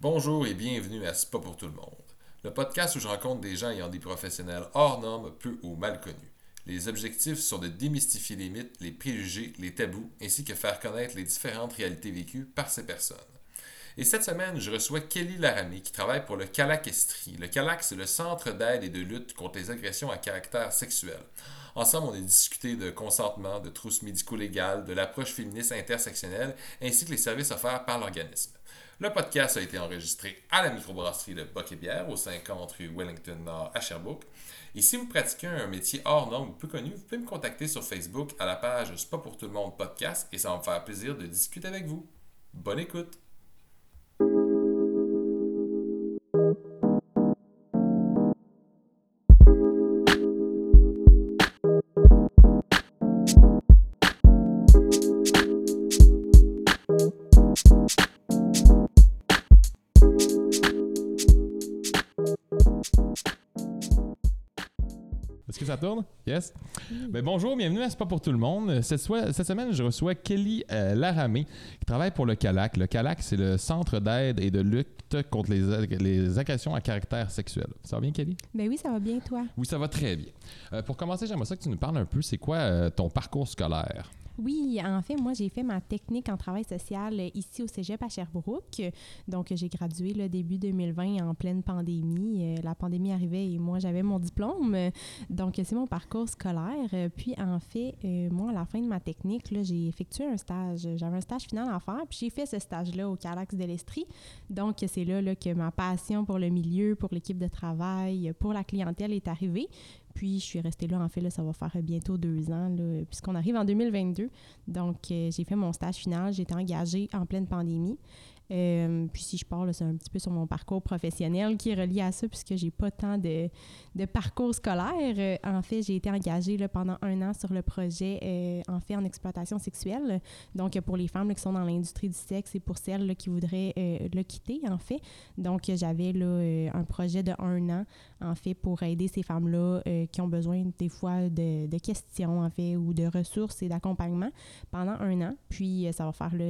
Bonjour et bienvenue à C'est pas pour tout le monde, le podcast où je rencontre des gens ayant des professionnels hors normes, peu ou mal connus. Les objectifs sont de démystifier les mythes, les préjugés, les tabous, ainsi que faire connaître les différentes réalités vécues par ces personnes. Et cette semaine, je reçois Kelly Laramie qui travaille pour le CALAC Estrie. Le CALAC, c'est le Centre d'aide et de lutte contre les agressions à caractère sexuel. Ensemble, on a discuté de consentement, de trousses médico-légales, de l'approche féministe intersectionnelle, ainsi que les services offerts par l'organisme. Le podcast a été enregistré à la microbrasserie de Boc et Bière, au 50 rue Wellington Nord à Sherbrooke. Et si vous pratiquez un métier hors norme ou peu connu, vous pouvez me contacter sur Facebook à la page C'est pas pour tout le monde podcast et ça va me faire plaisir de discuter avec vous. Bonne écoute! Est-ce que ça tourne? Yes. Ben bonjour, bienvenue à C'est pas pour tout le monde. Cette semaine, je reçois Kelly Laramie qui travaille pour le CALAC. Le CALAC, c'est le Centre d'aide et de lutte contre les agressions à caractère sexuel. Ça va bien, Kelly? Ben oui, ça va bien, toi? Oui, ça va très bien. Pour commencer, j'aimerais ça que tu nous parles un peu, c'est quoi ton parcours scolaire? Oui, en fait, moi, j'ai fait ma technique en travail social ici au Cégep à Sherbrooke. Donc, j'ai gradué le début 2020 en pleine pandémie. La pandémie arrivait et moi, j'avais mon diplôme. Donc, c'est mon parcours scolaire. Puis, en fait, moi, à la fin de ma technique, là, j'ai effectué un stage. J'avais un stage final à faire, puis j'ai fait ce stage-là au CALAC de l'Estrie. Donc, c'est là que ma passion pour le milieu, pour l'équipe de travail, pour la clientèle est arrivée. Puis, je suis restée là, en fait, là, ça va faire bientôt 2 ans, là, puisqu'on arrive en 2022. Donc, j'ai fait mon stage final. J'ai été engagée en pleine pandémie. Puis, si je parle, là, c'est un petit peu sur mon parcours professionnel qui est relié à ça, puisque j'ai pas tant de parcours scolaire. En fait, j'ai été engagée là, pendant 1 an sur le projet, en fait, en exploitation sexuelle. Donc, pour les femmes là, qui sont dans l'industrie du sexe et pour celles là, qui voudraient le quitter, en fait. Donc, j'avais là, un projet de 1 an, en fait, pour aider ces femmes-là qui ont besoin des fois de questions, en fait, ou de ressources et d'accompagnement pendant 1 an. Puis, ça va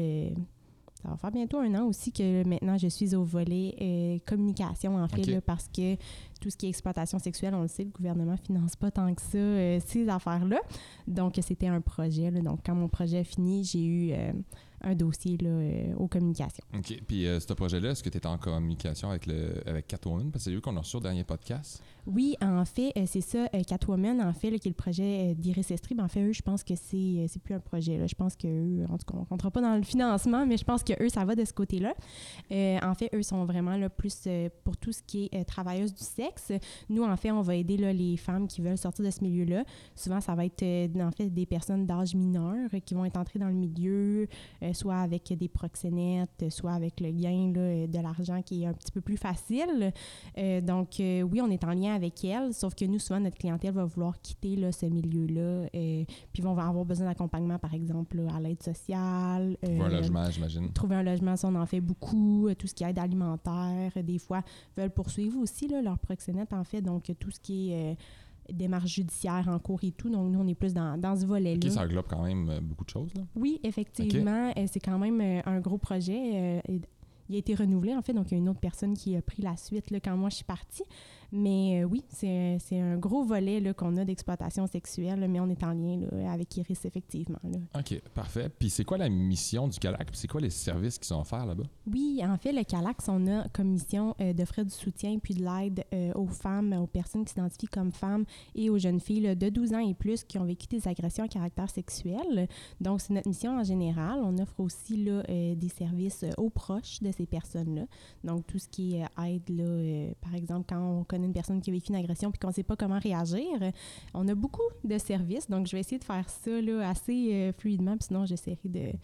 faire bientôt 1 an aussi que maintenant je suis au volet communication, en fait, Okay. là, parce que tout ce qui est exploitation sexuelle, on le sait, le gouvernement ne finance pas tant que ça ces affaires-là. Donc, c'était un projet. Là. Donc, quand mon projet a fini, j'ai eu un dossier là, aux communications. OK. Puis, ce projet-là, est-ce que tu es en communication avec Catwoman? Parce que c'est eux qu'on a reçu au dernier podcast. Oui, en fait, c'est ça. Catwoman, en fait, là, qui est le projet d'Iris Estrie, en fait, eux, je pense que c'est plus un projet. Là. Je pense qu'eux, en tout cas, on ne comptera pas dans le financement, mais je pense qu'eux, ça va de ce côté-là. En fait, eux sont vraiment là, plus pour tout ce qui est travailleuses du sexe. Nous, en fait, on va aider là, les femmes qui veulent sortir de ce milieu-là. Souvent, ça va être, en fait, des personnes d'âge mineur qui vont être entrées dans le milieu, soit avec des proxénètes, soit avec le gain là, de l'argent qui est un petit peu plus facile. Donc, oui, on est en lien avec elles, sauf que nous, souvent, notre clientèle va vouloir quitter là, ce milieu-là, puis vont avoir besoin d'accompagnement, par exemple, là, à l'aide sociale. Trouver un logement, j'imagine. Trouver un logement, ça, on en fait beaucoup. Tout ce qui est aide alimentaire. Des fois, veulent poursuivre aussi là, leur proxénète, en fait. Donc, tout ce qui est démarche judiciaire en cours et tout. Donc, nous, on est plus dans ce volet-là. OK, ça englobe quand même beaucoup de choses, là. Oui, effectivement. Okay. C'est quand même un gros projet. Il a été renouvelé, en fait. Donc, il y a une autre personne qui a pris la suite là, quand moi, je suis partie. Mais oui, c'est un gros volet là, qu'on a d'exploitation sexuelle, là, mais on est en lien là, avec Iris, effectivement. Là. OK, parfait. Puis c'est quoi la mission du CALAC? Puis c'est quoi les services qui sont offerts là-bas? Oui, en fait, le CALAC, on a comme mission d'offrir du soutien puis de l'aide aux femmes, aux personnes qui s'identifient comme femmes et aux jeunes filles là, de 12 ans et plus qui ont vécu des agressions à caractère sexuel. Donc, c'est notre mission en général. On offre aussi là, des services aux proches de ces personnes-là. Donc, tout ce qui est aide, là, par exemple, quand on connaît une personne qui a vécu une agression puis qu'on ne sait pas comment réagir. On a beaucoup de services, donc je vais essayer de faire ça là, assez fluidement, puis sinon j'essaierai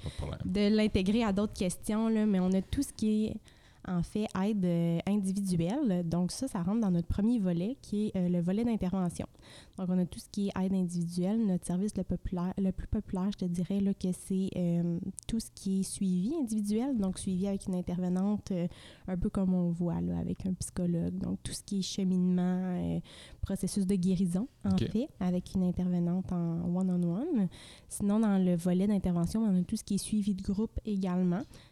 de l'intégrer à d'autres questions, là, mais on a tout ce qui est en fait aide individuelle. Donc ça rentre dans notre premier volet qui est le volet d'intervention. Donc on a tout ce qui est aide individuelle. Notre service le plus populaire, je te dirais là, que c'est tout ce qui est suivi individuel, donc suivi avec une intervenante un peu comme on voit là, avec un psychologue. Donc tout ce qui est cheminement, processus de guérison en fait, avec une intervenante en one-on-one. Sinon, dans le volet d'intervention, on a tout ce qui est suivi de groupe également.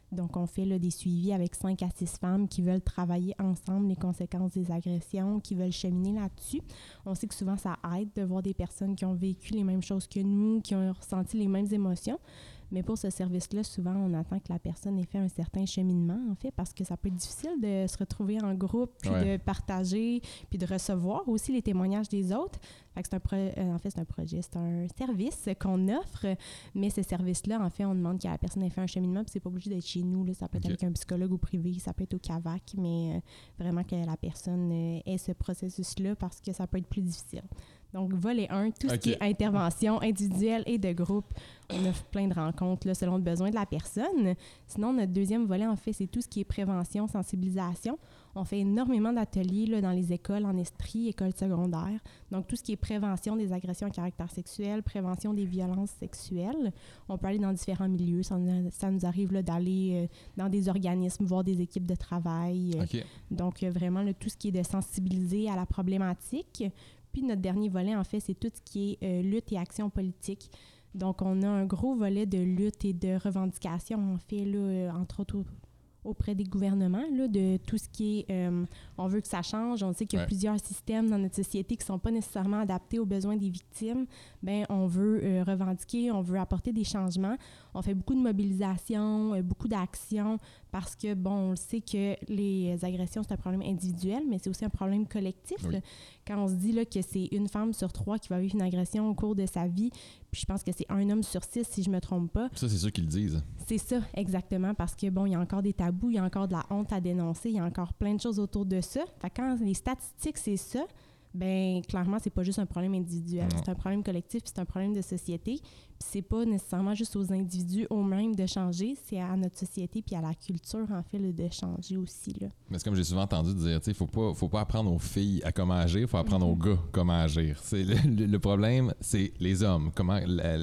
Donc, on fait là, des suivis avec 5 à 6 femmes qui veulent travailler ensemble les conséquences des agressions, qui veulent cheminer là-dessus. On sait que souvent, ça aide de voir des personnes qui ont vécu les mêmes choses que nous, qui ont ressenti les mêmes émotions. Mais pour ce service-là, souvent, on attend que la personne ait fait un certain cheminement, en fait, parce que ça peut être difficile de se retrouver en groupe, puis de partager, puis de recevoir aussi les témoignages des autres. Fait que c'est un projet, c'est un service qu'on offre, mais ce service-là, en fait, on demande que la personne ait fait un cheminement, puis c'est pas obligé d'être chez nous, là. Ça peut être avec un psychologue au privé, ça peut être au CAVAC, mais vraiment que la personne ait ce processus-là parce que ça peut être plus difficile. Donc, volet 1, tout ce qui est intervention individuelle et de groupe. On offre plein de rencontres là, selon le besoin de la personne. Sinon, notre deuxième volet, en fait, c'est tout ce qui est prévention, sensibilisation. On fait énormément d'ateliers là, dans les écoles, en estrie, écoles secondaires. Donc, tout ce qui est prévention des agressions à caractère sexuel, prévention des violences sexuelles. On peut aller dans différents milieux. Ça nous arrive là, d'aller dans des organismes, voir des équipes de travail. Donc, vraiment, là, tout ce qui est de sensibiliser à la problématique. Puis notre dernier volet, en fait, c'est tout ce qui est lutte et action politique. Donc, on a un gros volet de lutte et de revendication, en fait, là, entre autres auprès des gouvernements, là, de tout ce qui est... on veut que ça change. On sait qu'il y a plusieurs systèmes dans notre société qui ne sont pas nécessairement adaptés aux besoins des victimes. Bien, on veut revendiquer, on veut apporter des changements. On fait beaucoup de mobilisation, beaucoup d'actions parce que, bon, on le sait que les agressions, c'est un problème individuel, mais c'est aussi un problème collectif. Oui. Quand on se dit là, que c'est une femme sur 3 qui va vivre une agression au cours de sa vie, puis je pense que c'est un homme sur 6, si je ne me trompe pas. Ça, c'est ceux qui le disent. C'est ça, exactement, parce que, bon, il y a encore des tabous, il y a encore de la honte à dénoncer, il y a encore plein de choses autour de ça. Fait que quand les statistiques, c'est ça, bien, clairement, c'est pas juste un problème individuel. Non. C'est un problème collectif, puis c'est un problème de société. Puis c'est pas nécessairement juste aux individus eux-mêmes de changer, c'est à notre société puis à la culture, en fait, là, de changer aussi, là. Mais c'est comme j'ai souvent entendu dire, tu sais, faut pas apprendre aux filles à comment agir, faut apprendre aux gars comment agir. C'est le problème, c'est les hommes, comment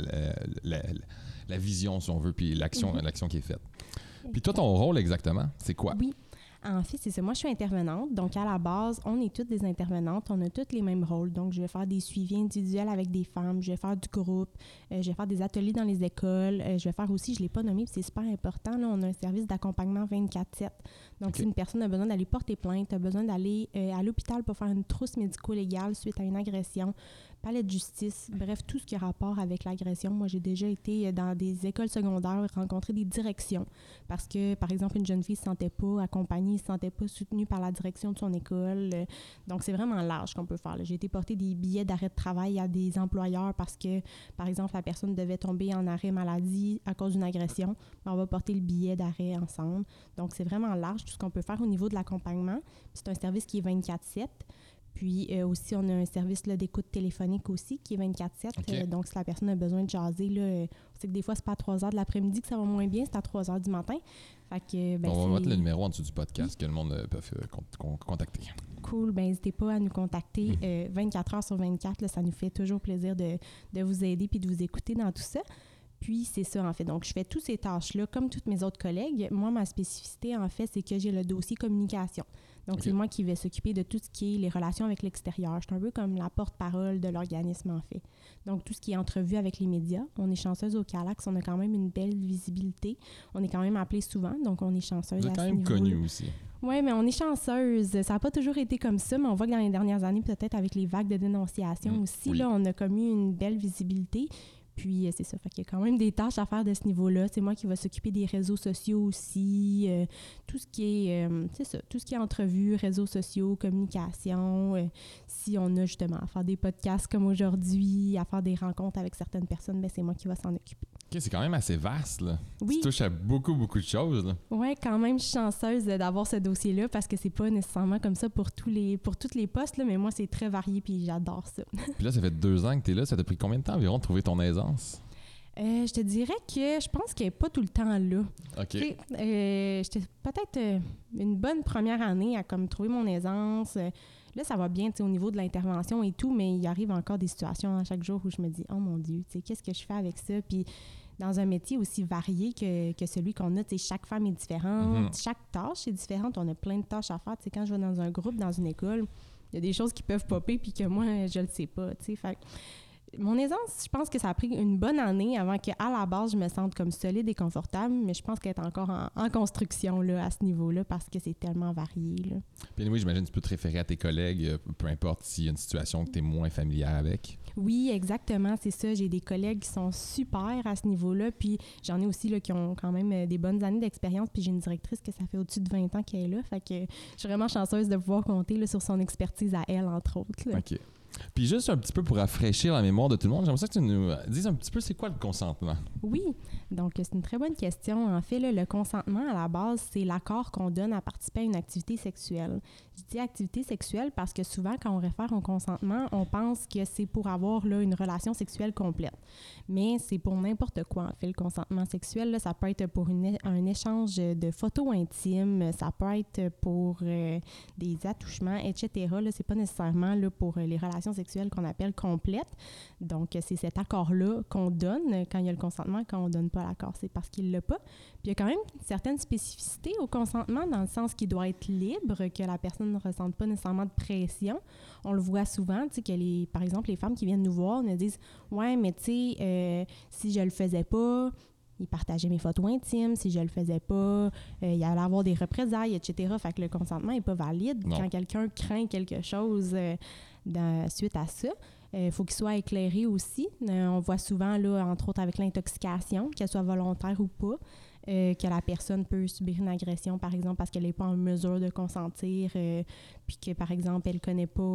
la vision, si on veut, puis l'action qui est faite. Puis toi, ton rôle exactement, c'est quoi? Oui. En fait, c'est ça. Moi, je suis intervenante. Donc, à la base, on est toutes des intervenantes. On a toutes les mêmes rôles. Donc, je vais faire des suivis individuels avec des femmes. Je vais faire du groupe. Je vais faire des ateliers dans les écoles. Je vais faire aussi, je ne l'ai pas nommé, puis c'est super important, là, on a un service d'accompagnement 24/7. Donc, si une personne a besoin d'aller porter plainte, a besoin d'aller à l'hôpital pour faire une trousse médico-légale suite à une agression, palais de justice, bref, tout ce qui a rapport avec l'agression. Moi, j'ai déjà été dans des écoles secondaires, rencontrer des directions parce que, par exemple, une jeune fille ne se sentait pas accompagnée, ne se sentait pas soutenue par la direction de son école. Donc, c'est vraiment large qu'on peut faire, là. J'ai été porter des billets d'arrêt de travail à des employeurs parce que, par exemple, la personne devait tomber en arrêt maladie à cause d'une agression. On va porter le billet d'arrêt ensemble. Donc, c'est vraiment large tout ce qu'on peut faire au niveau de l'accompagnement. C'est un service qui est 24/7. Puis aussi, on a un service là, d'écoute téléphonique aussi qui est 24/7. Donc, si la personne a besoin de jaser, là, on sait que des fois, c'est pas à 3 heures de l'après-midi que ça va moins bien, c'est à 3 heures du matin. Fait que, ben, on va mettre le numéro en dessous du podcast que le monde peut contacter. Cool. Ben, n'hésitez pas à nous contacter 24 heures sur 24. Là, ça nous fait toujours plaisir de vous aider puis de vous écouter dans tout ça. Puis, c'est ça, en fait. Donc, je fais toutes ces tâches-là comme toutes mes autres collègues. Moi, ma spécificité, en fait, c'est que j'ai le dossier communication. Donc, c'est moi qui vais s'occuper de tout ce qui est les relations avec l'extérieur. Je suis un peu comme la porte-parole de l'organisme, en fait. Donc, tout ce qui est entrevue avec les médias. On est chanceuse au Calax, on a quand même une belle visibilité. On est quand même appelé souvent, donc on est chanceuse à ce niveau-là. Vous êtes quand même connu aussi. Oui, mais on est chanceuse. Ça n'a pas toujours été comme ça, mais on voit que dans les dernières années, peut-être avec les vagues de dénonciation aussi, là, on a comme eu une belle visibilité. Puis, c'est ça. Fait qu'il y a quand même des tâches à faire de ce niveau-là. C'est moi qui vais s'occuper des réseaux sociaux aussi. Tout ce qui est, c'est ça, tout ce qui est entrevue, réseaux sociaux, communication. Si on a justement à faire des podcasts comme aujourd'hui, à faire des rencontres avec certaines personnes, bien, c'est moi qui vais s'en occuper. OK, c'est quand même assez vaste, là. Oui. Tu touches à beaucoup, beaucoup de choses, là. Oui, quand même, je suis chanceuse d'avoir ce dossier-là parce que c'est pas nécessairement comme ça pour tous les postes, là, mais moi, c'est très varié puis j'adore ça. Puis là, ça fait 2 ans que tu es là. Ça t'a pris combien de temps environ de trouver ton aisance? Je te dirais que je pense qu'elle n'est pas tout le temps là. OK. J'étais peut-être une bonne première année à comme trouver mon aisance. Là, ça va bien au niveau de l'intervention et tout, mais il arrive encore des situations à chaque jour où je me dis « Oh mon Dieu, qu'est-ce que je fais avec ça? » Puis dans un métier aussi varié que celui qu'on a, chaque femme est différente, chaque tâche est différente. On a plein de tâches à faire. Quand je vais dans un groupe, dans une école, il y a des choses qui peuvent popper puis que moi, je le sais pas. Fait Mon aisance, je pense que ça a pris une bonne année avant qu'à la base, je me sente comme solide et confortable, mais je pense qu'elle est encore en construction là, à ce niveau-là parce que c'est tellement varié. Là. Puis oui, j'imagine que tu peux te référer à tes collègues, peu importe s'il y a une situation que tu es moins familière avec. Oui, exactement, c'est ça. J'ai des collègues qui sont super à ce niveau-là, puis j'en ai aussi là, qui ont quand même des bonnes années d'expérience, puis j'ai une directrice que ça fait au-dessus de 20 ans qu'elle est là, fait que je suis vraiment chanceuse de pouvoir compter là, sur son expertise à elle, entre autres. Là. OK. Puis juste un petit peu pour rafraîchir la mémoire de tout le monde, j'aimerais ça que tu nous dises un petit peu c'est quoi le consentement? Oui, donc c'est une très bonne question. En fait, là, le consentement, à la base, c'est l'accord qu'on donne à participer à une activité sexuelle. Je dis activité sexuelle parce que souvent, quand on réfère au consentement, on pense que c'est pour avoir là, une relation sexuelle complète. Mais c'est pour n'importe quoi, en fait, le consentement sexuel. Là, ça peut être pour un échange de photos intimes, ça peut être pour des attouchements, etc. Là, c'est pas nécessairement là, pour les relations sexuelles qu'on appelle complètes. Donc, c'est cet accord-là qu'on donne quand il y a le consentement. Quand on ne donne pas l'accord, c'est parce qu'il ne l'a pas. Puis, il y a quand même certaines spécificités au consentement dans le sens qu'il doit être libre, que la personne ne ressente pas nécessairement de pression. On le voit souvent, tu sais, que par exemple, les femmes qui viennent nous voir nous disent « Ouais, mais tu sais, si je le faisais pas, il partageait mes photos intimes. Si je le faisais pas, il allait avoir des représailles, etc. » Fait que le consentement n'est pas valide. Non. Quand quelqu'un craint quelque chose suite à ça, il faut qu'il soit éclairé aussi. On voit souvent, là, entre autres avec l'intoxication, qu'elle soit volontaire ou pas, que la personne peut subir une agression, par exemple, parce qu'elle n'est pas en mesure de consentir, puis que, par exemple, elle ne connaît pas,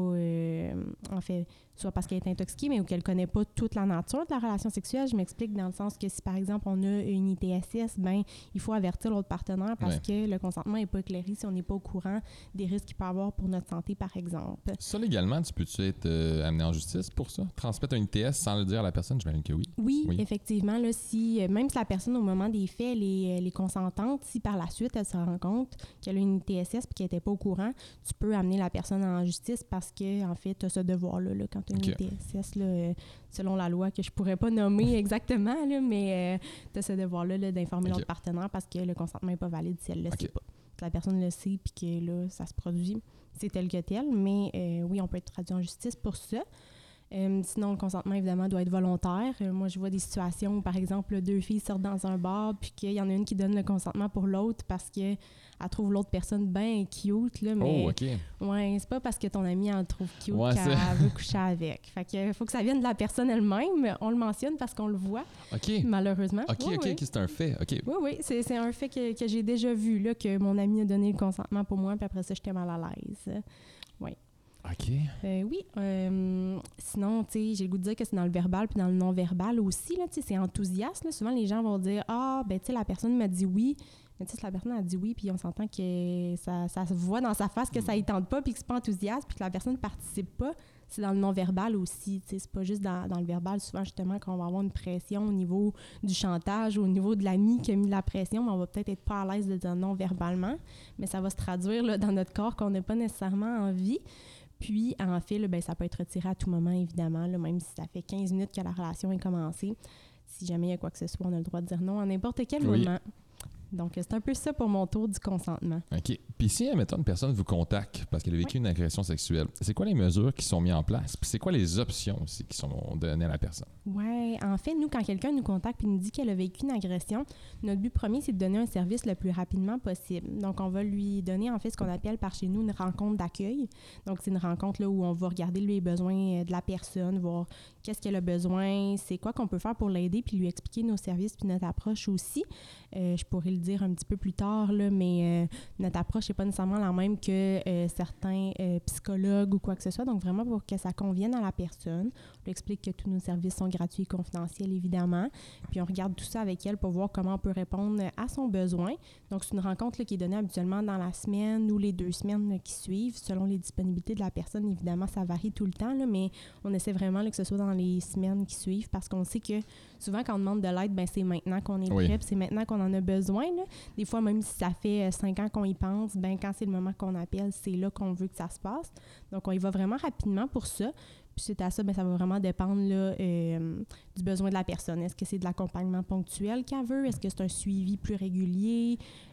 en fait, soit parce qu'elle est intoxiquée, mais ou qu'elle ne connaît pas toute la nature de la relation sexuelle. Je m'explique dans le sens que si, par exemple, on a une ITSS, ben il faut avertir l'autre partenaire parce que le consentement n'est pas éclairé si on n'est pas au courant des risques qu'il peut avoir pour notre santé, par exemple. Ça, légalement, tu peux-tu être amené en justice pour ça? Transmettre un ITS sans le dire à la personne? J'imagine que oui. Oui, effectivement. Là, même si la personne, au moment des faits, elle est consentante, si par la suite, elle se rend compte qu'elle a une ITSS et qu'elle n'était pas au courant, tu peux amener la personne en justice parce que, en fait, tu as ce devoir-là là, quand tu as une ITSS, là, selon la loi que je ne pourrais pas nommer exactement, là, mais tu as ce devoir-là là, d'informer l'autre partenaire parce que le consentement n'est pas valide si elle ne le sait pas. Si la personne le sait puis que là, ça se produit, c'est tel que tel, mais oui, on peut être traduit en justice pour ça. Sinon, le consentement, évidemment, doit être volontaire. Moi, je vois des situations où, par exemple, deux filles sortent dans un bar puis qu'il y en a une qui donne le consentement pour l'autre parce qu'elle trouve l'autre personne bien cute. Là, mais, ouais, c'est pas parce que ton amie en trouve cute qu'elle veut coucher avec. Fait que faut que ça vienne de la personne elle-même. On le mentionne parce qu'on le voit, malheureusement. OK, c'est un fait. Okay. Oui, c'est un fait que j'ai déjà vu, là, que mon amie a donné le consentement pour moi puis après ça, j'étais mal à l'aise. Oui. OK. Oui. Sinon, tu sais, j'ai le goût de dire que c'est dans le verbal puis dans le non-verbal aussi, là, tu sais, c'est enthousiaste. Là. Souvent, les gens vont dire « Ah, ben tu sais, la personne m'a dit oui. » Mais tu sais, si la personne a dit oui puis on s'entend que ça se voit dans sa face que ça ne tente pas puis que c'est pas enthousiaste puis que la personne ne participe pas, c'est dans le non-verbal aussi. Tu sais, c'est pas juste dans le verbal, souvent, justement, qu'on va avoir une pression au niveau du chantage ou au niveau de l'ami qui a mis de la pression, mais on va peut-être être pas à l'aise de dire non-verbalement, mais ça va se traduire là, dans notre corps qu'on n'a pas nécessairement envie. Puis, en fait, là, ben, ça peut être retiré à tout moment, évidemment, là, même si ça fait 15 minutes que la relation est commencée. Si jamais il y a quoi que ce soit, on a le droit de dire non à n'importe quel moment. Donc, c'est un peu ça pour mon tour du consentement. OK. Puis si, admettons, une personne vous contacte parce qu'elle a vécu une agression sexuelle, c'est quoi les mesures qui sont mises en place? Puis c'est quoi les options aussi qui sont données à la personne? Oui. En fait, nous, quand quelqu'un nous contacte et nous dit qu'elle a vécu une agression, notre but premier, c'est de donner un service le plus rapidement possible. Donc, on va lui donner, en fait, ce qu'on appelle par chez nous une rencontre d'accueil. Donc, c'est une rencontre là, où on va regarder les besoins de la personne, voir qu'est-ce qu'elle a besoin, c'est quoi qu'on peut faire pour l'aider, puis lui expliquer nos services puis notre approche aussi. Je pourrais le dire un petit peu plus tard, là, mais notre approche n'est pas nécessairement la même que certains psychologues ou quoi que ce soit. Donc, vraiment pour que ça convienne à la personne. On lui explique que tous nos services sont gratuits et confidentiels, évidemment. Puis, on regarde tout ça avec elle pour voir comment on peut répondre à son besoin. Donc, c'est une rencontre là, qui est donnée habituellement dans la semaine ou les 2 semaines là, qui suivent. Selon les disponibilités de la personne, évidemment, ça varie tout le temps, là, mais on essaie vraiment là, que ce soit dans les semaines qui suivent parce qu'on sait que souvent, quand on demande de l'aide, ben, c'est maintenant qu'on est prêt, puis c'est maintenant qu'on en a besoin. Là. Des fois, même si ça fait 5 ans qu'on y pense, ben, quand c'est le moment qu'on appelle, c'est là qu'on veut que ça se passe. Donc, on y va vraiment rapidement pour ça. Puis suite à ça, bien, ça va vraiment dépendre là, du besoin de la personne. Est-ce que c'est de l'accompagnement ponctuel qu'elle veut? Est-ce que c'est un suivi plus régulier?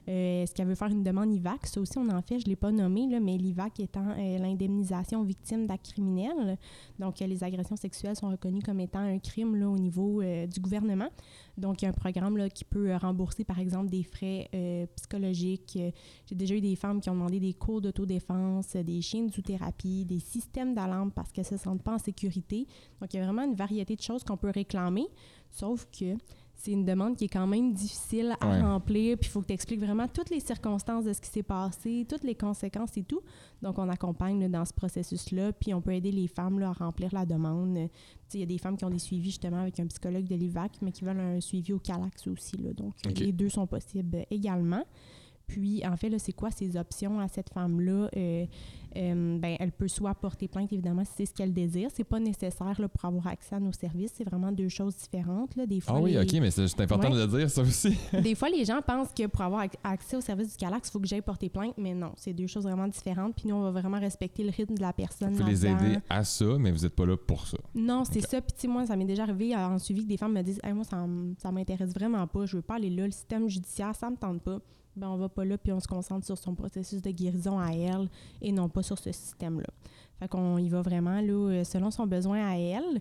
Est-ce qu'elle veut faire une demande IVAC? Ça aussi, on en fait, je ne l'ai pas nommé, là, mais l'IVAC étant l'indemnisation aux victimes d'actes criminels. Donc, les agressions sexuelles sont reconnues comme étant un crime là, au niveau du gouvernement. Donc, il y a un programme là, qui peut rembourser, par exemple, des frais psychologiques. J'ai déjà eu des femmes qui ont demandé des cours d'autodéfense, des chiens de zoothérapie, des systèmes d'alarme parce qu'elles ne se sentent pas en sécurité. Donc, il y a vraiment une variété de choses qu'on peut réclamer, sauf que c'est une demande qui est quand même difficile à remplir, puis il faut que tu expliques vraiment toutes les circonstances de ce qui s'est passé, toutes les conséquences et tout. Donc, on accompagne là, dans ce processus-là, puis on peut aider les femmes là, à remplir la demande. Il y a des femmes qui ont des suivis justement avec un psychologue de l'IVAC, mais qui veulent un suivi au CALAX aussi. Là. Donc, les deux sont possibles également. Puis, en fait, là, c'est quoi ces options à cette femme-là? Elle peut soit porter plainte, évidemment, si c'est ce qu'elle désire. C'est pas nécessaire là, pour avoir accès à nos services. C'est vraiment deux choses différentes. Là. Des fois, OK, mais c'est important de le dire, ça aussi. Des fois, les gens pensent que pour avoir accès au service du CALAX, il faut que j'aille porter plainte, mais non, c'est deux choses vraiment différentes. Puis nous, on va vraiment respecter le rythme de la personne. Vous les aider à ça, mais vous n'êtes pas là pour ça. Non, c'est ça. Puis moi, ça m'est déjà arrivé en suivi que des femmes me disent hey, « moi, ça m'intéresse vraiment pas. Je veux pas aller là. Le système judiciaire, ça me tente pas. » Ben, on va pas là, puis on se concentre sur son processus de guérison à elle et non pas sur ce système-là. Fait qu'on y va vraiment là, selon son besoin à elle.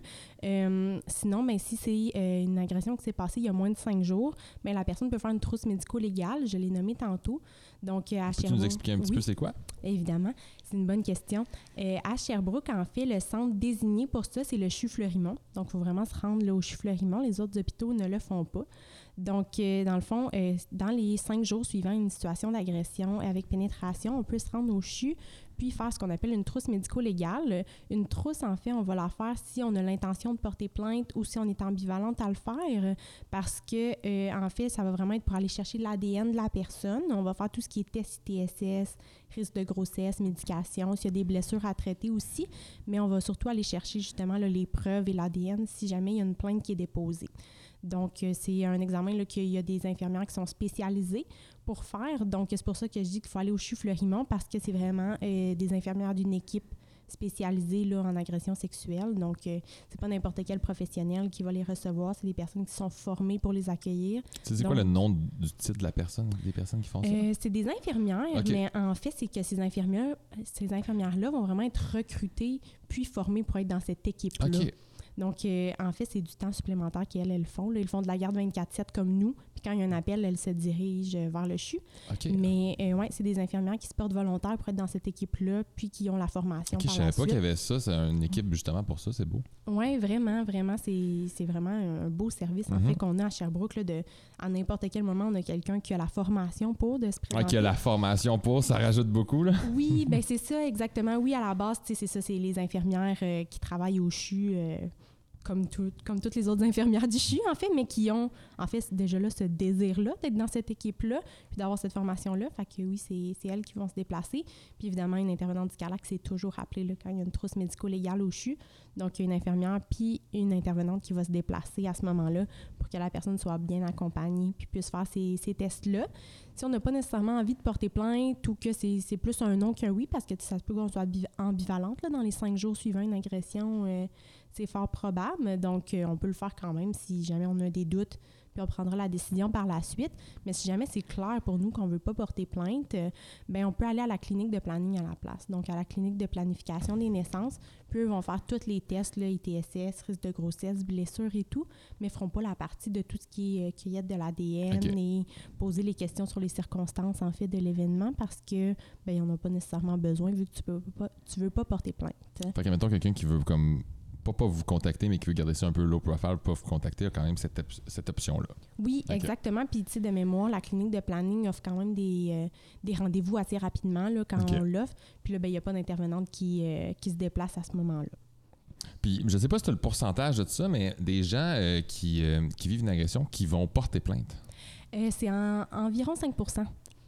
Sinon, ben, si c'est une agression qui s'est passée il y a moins de 5 jours, ben, la personne peut faire une trousse médico-légale. Je l'ai nommé tantôt. Donc, à Sherbrooke. Peux-tu nous expliquer un petit peu c'est quoi? Évidemment. C'est une bonne question. À Sherbrooke, en fait, le centre désigné pour ça, c'est le CHU Fleurimont. Donc, il faut vraiment se rendre là, au CHU Fleurimont. Les autres hôpitaux ne le font pas. Donc, dans le fond, dans les 5 jours suivant une situation d'agression avec pénétration, on peut se rendre au CHU puis faire ce qu'on appelle une trousse médico-légale. Une trousse, en fait, on va la faire si on a l'intention de porter plainte ou si on est ambivalente à le faire parce que, en fait, ça va vraiment être pour aller chercher l'ADN de la personne. On va faire tout ce qui est test ITSS, risque de grossesse, médication, s'il y a des blessures à traiter aussi, mais on va surtout aller chercher justement là, les preuves et l'ADN si jamais il y a une plainte qui est déposée. Donc, c'est un examen là, qu'il y a des infirmières qui sont spécialisées pour faire. Donc, c'est pour ça que je dis qu'il faut aller au CHU Fleurimont parce que c'est vraiment des infirmières d'une équipe spécialisée là, en agression sexuelle. Donc, c'est pas n'importe quel professionnel qui va les recevoir. C'est des personnes qui sont formées pour les accueillir. C'est quoi le nom du titre de la personne, des personnes qui font ça? C'est des infirmières, mais en fait, c'est que ces infirmières-là vont vraiment être recrutées puis formées pour être dans cette équipe-là. OK. Donc, en fait, c'est du temps supplémentaire qu'elles font. Là, ils font de la garde 24/7 comme nous. Puis quand il y a un appel, elles se dirigent vers le CHU. Okay. Mais c'est des infirmières qui se portent volontaires pour être dans cette équipe-là, puis qui ont la formation par la suite. Je savais pas qu'il y avait ça. C'est une équipe justement pour ça. C'est beau. Oui, vraiment. C'est vraiment un beau service en fait qu'on a à Sherbrooke. Là, à n'importe quel moment, on a quelqu'un qui a la formation pour de se présenter. Qui a la formation pour, ça rajoute beaucoup, là. Oui, bien c'est ça, exactement. Oui, à la base, c'est ça, c'est les infirmières qui travaillent au CHU. Comme toutes les autres infirmières du CHU, en fait, mais qui ont, en fait, déjà là, ce désir-là d'être dans cette équipe-là, puis d'avoir cette formation-là. Fait que oui, c'est elles qui vont se déplacer. Puis évidemment, une intervenante du CALAX c'est toujours rappelé là, quand il y a une trousse médico-légale au CHU. Donc, il y a une infirmière puis une intervenante qui va se déplacer à ce moment-là pour que la personne soit bien accompagnée puis puisse faire ces tests-là. Si on n'a pas nécessairement envie de porter plainte ou que c'est plus un non qu'un oui, parce que ça se peut qu'on soit ambivalente là, dans les 5 jours suivant une agression, c'est fort probable. Donc, on peut le faire quand même si jamais on a des doutes, puis on prendra la décision par la suite. Mais si jamais c'est clair pour nous qu'on ne veut pas porter plainte, on peut aller à la clinique de planning à la place. Donc, à la clinique de planification des naissances, puis eux vont faire tous les tests, là, ITSS, risque de grossesse, blessures et tout, mais ne feront pas la partie de tout ce qui est cueillette de l'ADN et poser les questions sur les circonstances, en fait, de l'événement parce que, ils n'en ont pas nécessairement besoin vu que tu veux pas porter plainte. Fait que, mettons, quelqu'un qui veut comme pas vous contacter, mais qui veut garder ça un peu low profile, pas vous contacter, a quand même cette option-là. Oui, exactement. Puis, tu sais, de mémoire, la clinique de planning offre quand même des rendez-vous assez rapidement là, quand on l'offre. Puis là, il n'y a pas d'intervenante qui se déplace à ce moment-là. Puis, je ne sais pas si tu as le pourcentage de ça, mais des gens qui vivent une agression qui vont porter plainte. C'est environ 5%.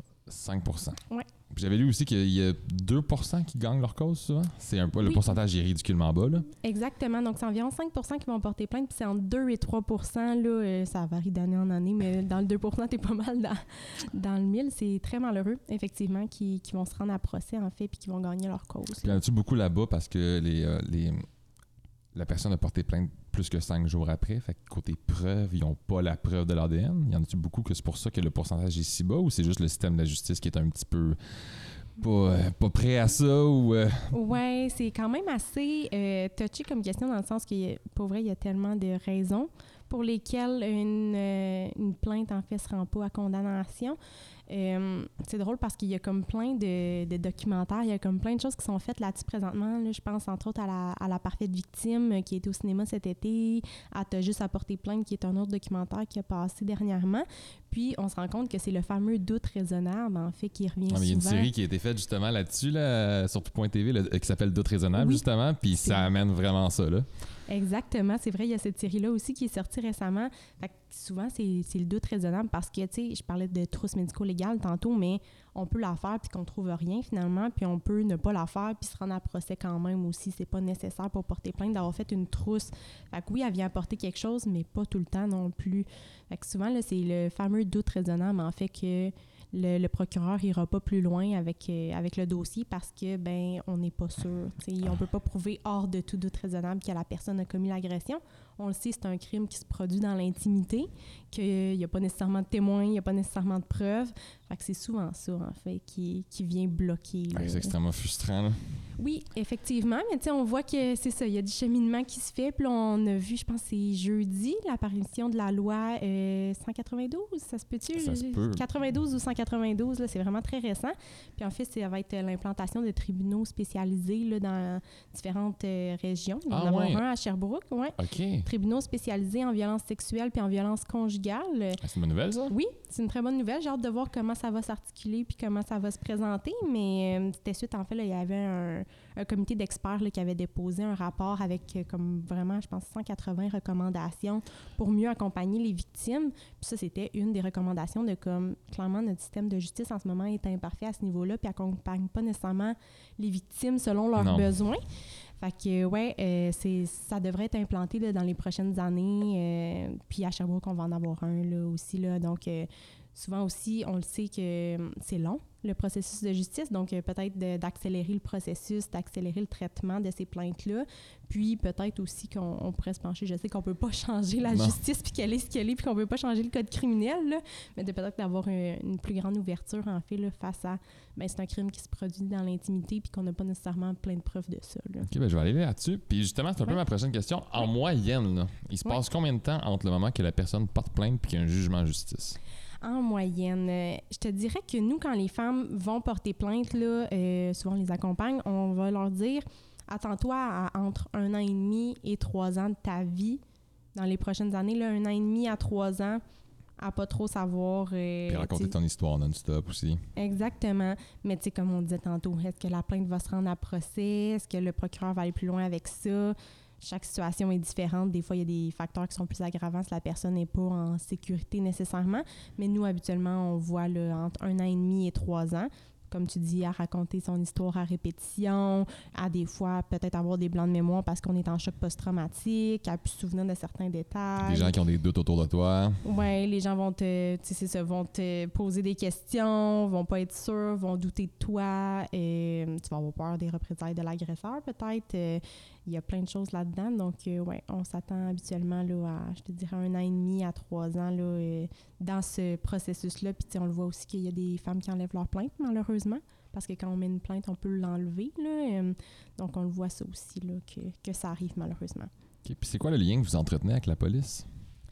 5%. Oui. Puis j'avais lu aussi qu'il y a 2% qui gagnent leur cause souvent. Le pourcentage est ridiculement bas, là. Exactement. Donc, c'est environ 5% qui vont porter plainte, puis c'est entre 2 et 3%. Là, ça varie d'année en année, mais dans le 2%, t'es pas mal dans le 1000. C'est très malheureux, effectivement, qui vont se rendre à procès, en fait, puis qui vont gagner leur cause. Puis y en a-tu beaucoup là-bas parce que la personne a porté plainte plus que 5 jours après. Fait que côté preuve, ils n'ont pas la preuve de l'ADN. Il y en a-tu beaucoup que c'est pour ça que le pourcentage est si bas ou c'est juste le système de la justice qui est un petit peu pas prêt à ça ou... Ouais, c'est quand même assez touché comme question dans le sens que, pour vrai, il y a tellement de raisons pour lesquelles une plainte, en fait, se rend pas à condamnation. C'est drôle parce qu'il y a comme plein de documentaires, il y a comme plein de choses qui sont faites là-dessus présentement. Là, je pense entre autres à la parfaite victime qui est au cinéma cet été, à T'as juste à porter plainte qui est un autre documentaire qui a passé dernièrement. Puis on se rend compte que c'est le fameux doute raisonnable en fait qui revient souvent. Il y a une série qui a été faite justement là-dessus, là, sur Tout.tv, qui s'appelle Doute raisonnable justement, puis ça amène vraiment ça là. Exactement, c'est vrai, il y a cette série-là aussi qui est sortie récemment. Fait que souvent, c'est le doute raisonnable parce que, tu sais, je parlais de trousse médico-légale tantôt, mais on peut la faire puis qu'on trouve rien finalement, puis on peut ne pas la faire puis se rendre à procès quand même aussi. C'est pas nécessaire pour porter plainte d'avoir fait une trousse. Fait que oui, elle vient apporter quelque chose, mais pas tout le temps non plus. Fait que souvent, là, c'est le fameux doute raisonnable, en fait, que le procureur ira pas plus loin avec le dossier parce que ben on n'est pas sûr. T'sais, on peut pas prouver hors de tout doute raisonnable que la personne a commis l'agression. On le sait, c'est un crime qui se produit dans l'intimité, qu'il n'y a pas nécessairement de témoins, il n'y a pas nécessairement de preuves. Fait que c'est souvent ça, en fait, qui vient bloquer. Ouais, c'est extrêmement frustrant, là. Oui, effectivement, mais tu sais, on voit que c'est ça, il y a du cheminement qui se fait. Puis là, on a vu, je pense c'est jeudi, l'apparition de la loi 192, ça se peut-tu? Ça se peut. 92 ou 192, là, c'est vraiment très récent. Puis en fait, ça va être l'implantation de tribunaux spécialisés là, dans différentes régions. Il va y en avoir un à Sherbrooke, ouais. OK. Tribunaux spécialisés en violence sexuelle puis en violence conjugale. C'est une bonne nouvelle, ça? Oui, c'est une très bonne nouvelle. J'ai hâte de voir comment ça va s'articuler puis comment ça va se présenter. Mais c'était suite, en fait, là, il y avait un comité d'experts là, qui avait déposé un rapport avec comme vraiment, je pense, 180 recommandations pour mieux accompagner les victimes. Puis ça, c'était une des recommandations de comme, clairement, notre système de justice en ce moment est imparfait à ce niveau-là puis accompagne pas nécessairement les victimes selon leurs besoins. Fait que, ouais, ça devrait être implanté là, dans les prochaines années. Puis à Sherbrooke, on va en avoir un là, aussi. Là, donc, souvent aussi, on le sait que c'est long, le processus de justice. Donc, peut-être d'accélérer le processus, d'accélérer le traitement de ces plaintes-là. Puis, peut-être aussi qu'on pourrait se pencher. Je sais qu'on peut pas changer la justice, puis qu'elle est ce qu'elle est, puis qu'on peut pas changer le code criminel, là, mais de peut-être d'avoir une plus grande ouverture, en fait, là, face à... Bien, c'est un crime qui se produit dans l'intimité, puis qu'on n'a pas nécessairement plein de preuves de ça. Là. OK, ben je vais aller là-dessus. Puis justement, c'est un peu ma prochaine question. En moyenne, là, il se passe combien de temps entre le moment que la personne porte plainte et qu'il y a un jugement en justice? En moyenne, je te dirais que nous, quand les femmes vont porter plainte, là, souvent on les accompagne, on va leur dire « Attends-toi à entre 1 an et demi et 3 ans de ta vie dans les prochaines années. Là, 1 an et demi à 3 ans, à pas trop savoir... Puis raconter ton histoire non-stop aussi. Exactement. Mais tu sais, comme on disait tantôt, est-ce que la plainte va se rendre à procès? Est-ce que le procureur va aller plus loin avec ça? Chaque situation est différente. Des fois, il y a des facteurs qui sont plus aggravants si la personne n'est pas en sécurité nécessairement. Mais nous, habituellement, on voit là, entre 1 an et demi et 3 ans. Comme tu dis, à raconter son histoire à répétition, à des fois peut-être avoir des blancs de mémoire parce qu'on est en choc post-traumatique, à plus se souvenir de certains détails. Des gens qui ont des doutes autour de toi. Oui, les gens vont vont te poser des questions, vont pas être sûrs, vont douter de toi. Tu vas avoir peur des représailles de l'agresseur peut-être. Il y a plein de choses là-dedans. Donc, ouais, on s'attend habituellement là, à, je te dirais, 1 an et demi à 3 ans là, dans ce processus-là. Puis, on le voit aussi qu'il y a des femmes qui enlèvent leur plainte, malheureusement, parce que quand on met une plainte, on peut l'enlever. Là, donc, on le voit ça aussi, là, que ça arrive, malheureusement. Okay. Puis, c'est quoi le lien que vous entretenez avec la police?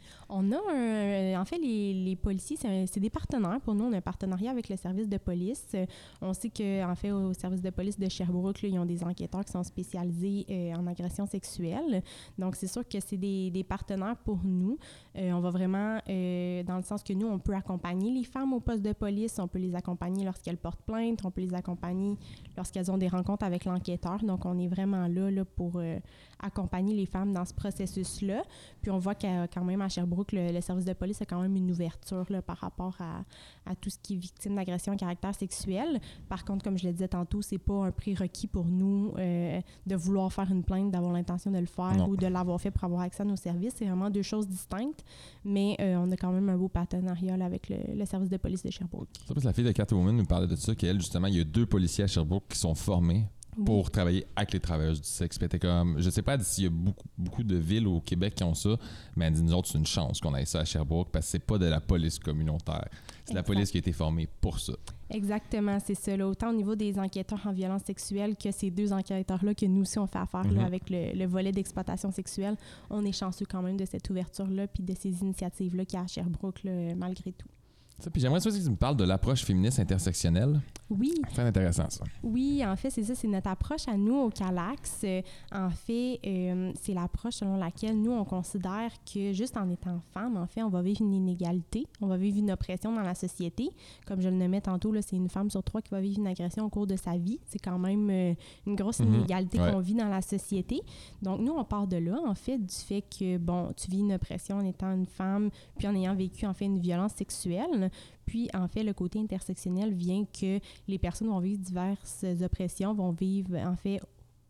On a en fait, les policiers, c'est des partenaires. Pour nous, on a un partenariat avec le service de police. On sait qu'en fait, au service de police de Sherbrooke, là, ils ont des enquêteurs qui sont spécialisés en agression sexuelle. Donc, c'est sûr que c'est des partenaires pour nous. On va vraiment, dans le sens que nous, on peut accompagner les femmes au poste de police. On peut les accompagner lorsqu'elles portent plainte. On peut les accompagner lorsqu'elles ont des rencontres avec l'enquêteur. Donc, on est vraiment là pour accompagner les femmes dans ce processus-là. Puis, on voit quand même à Sherbrooke, le service de police a quand même une ouverture là, par rapport à tout ce qui est victime d'agression à caractère sexuel. Par contre, comme je le disais tantôt, c'est pas un prérequis pour nous de vouloir faire une plainte, d'avoir l'intention de le faire ou de l'avoir fait pour avoir accès à nos services. C'est vraiment deux choses distinctes, mais on a quand même un beau partenariat là, avec le service de police de Sherbrooke. Ça, parce que la fille de Catwoman nous parlait de ça, qu'elle, justement, il y a 2 policiers à Sherbrooke qui sont formés pour travailler avec les travailleuses du sexe. Puis elle était comme, je sais pas s'il y a beaucoup de villes au Québec qui ont ça, mais elle dit, nous autres, c'est une chance qu'on ait ça à Sherbrooke parce que c'est pas de la police communautaire. C'est la police qui a été formée pour ça. Exactement, c'est ça. Là, autant au niveau des enquêteurs en violence sexuelle que ces deux enquêteurs-là que nous aussi on fait affaire là, avec le volet d'exploitation sexuelle, on est chanceux quand même de cette ouverture-là puis de ces initiatives-là qu'il y a à Sherbrooke là, malgré tout. Ça, puis j'aimerais aussi que tu me parles de l'approche féministe intersectionnelle. Oui. C'est intéressant, ça. Oui, en fait, c'est ça, c'est notre approche à nous au CALAX. En fait, c'est l'approche selon laquelle nous, on considère que juste en étant femme, en fait, on va vivre une inégalité, on va vivre une oppression dans la société. Comme je le nommais tantôt, là, c'est une femme sur 3 qui va vivre une agression au cours de sa vie. C'est quand même une grosse inégalité qu'on vit dans la société. Donc, nous, on part de là, en fait, du fait que, bon, tu vis une oppression en étant une femme, puis en ayant vécu, en fait, une violence sexuelle. Puis, en fait, le côté intersectionnel vient que les personnes vont vivre diverses oppressions, vont vivre, en fait,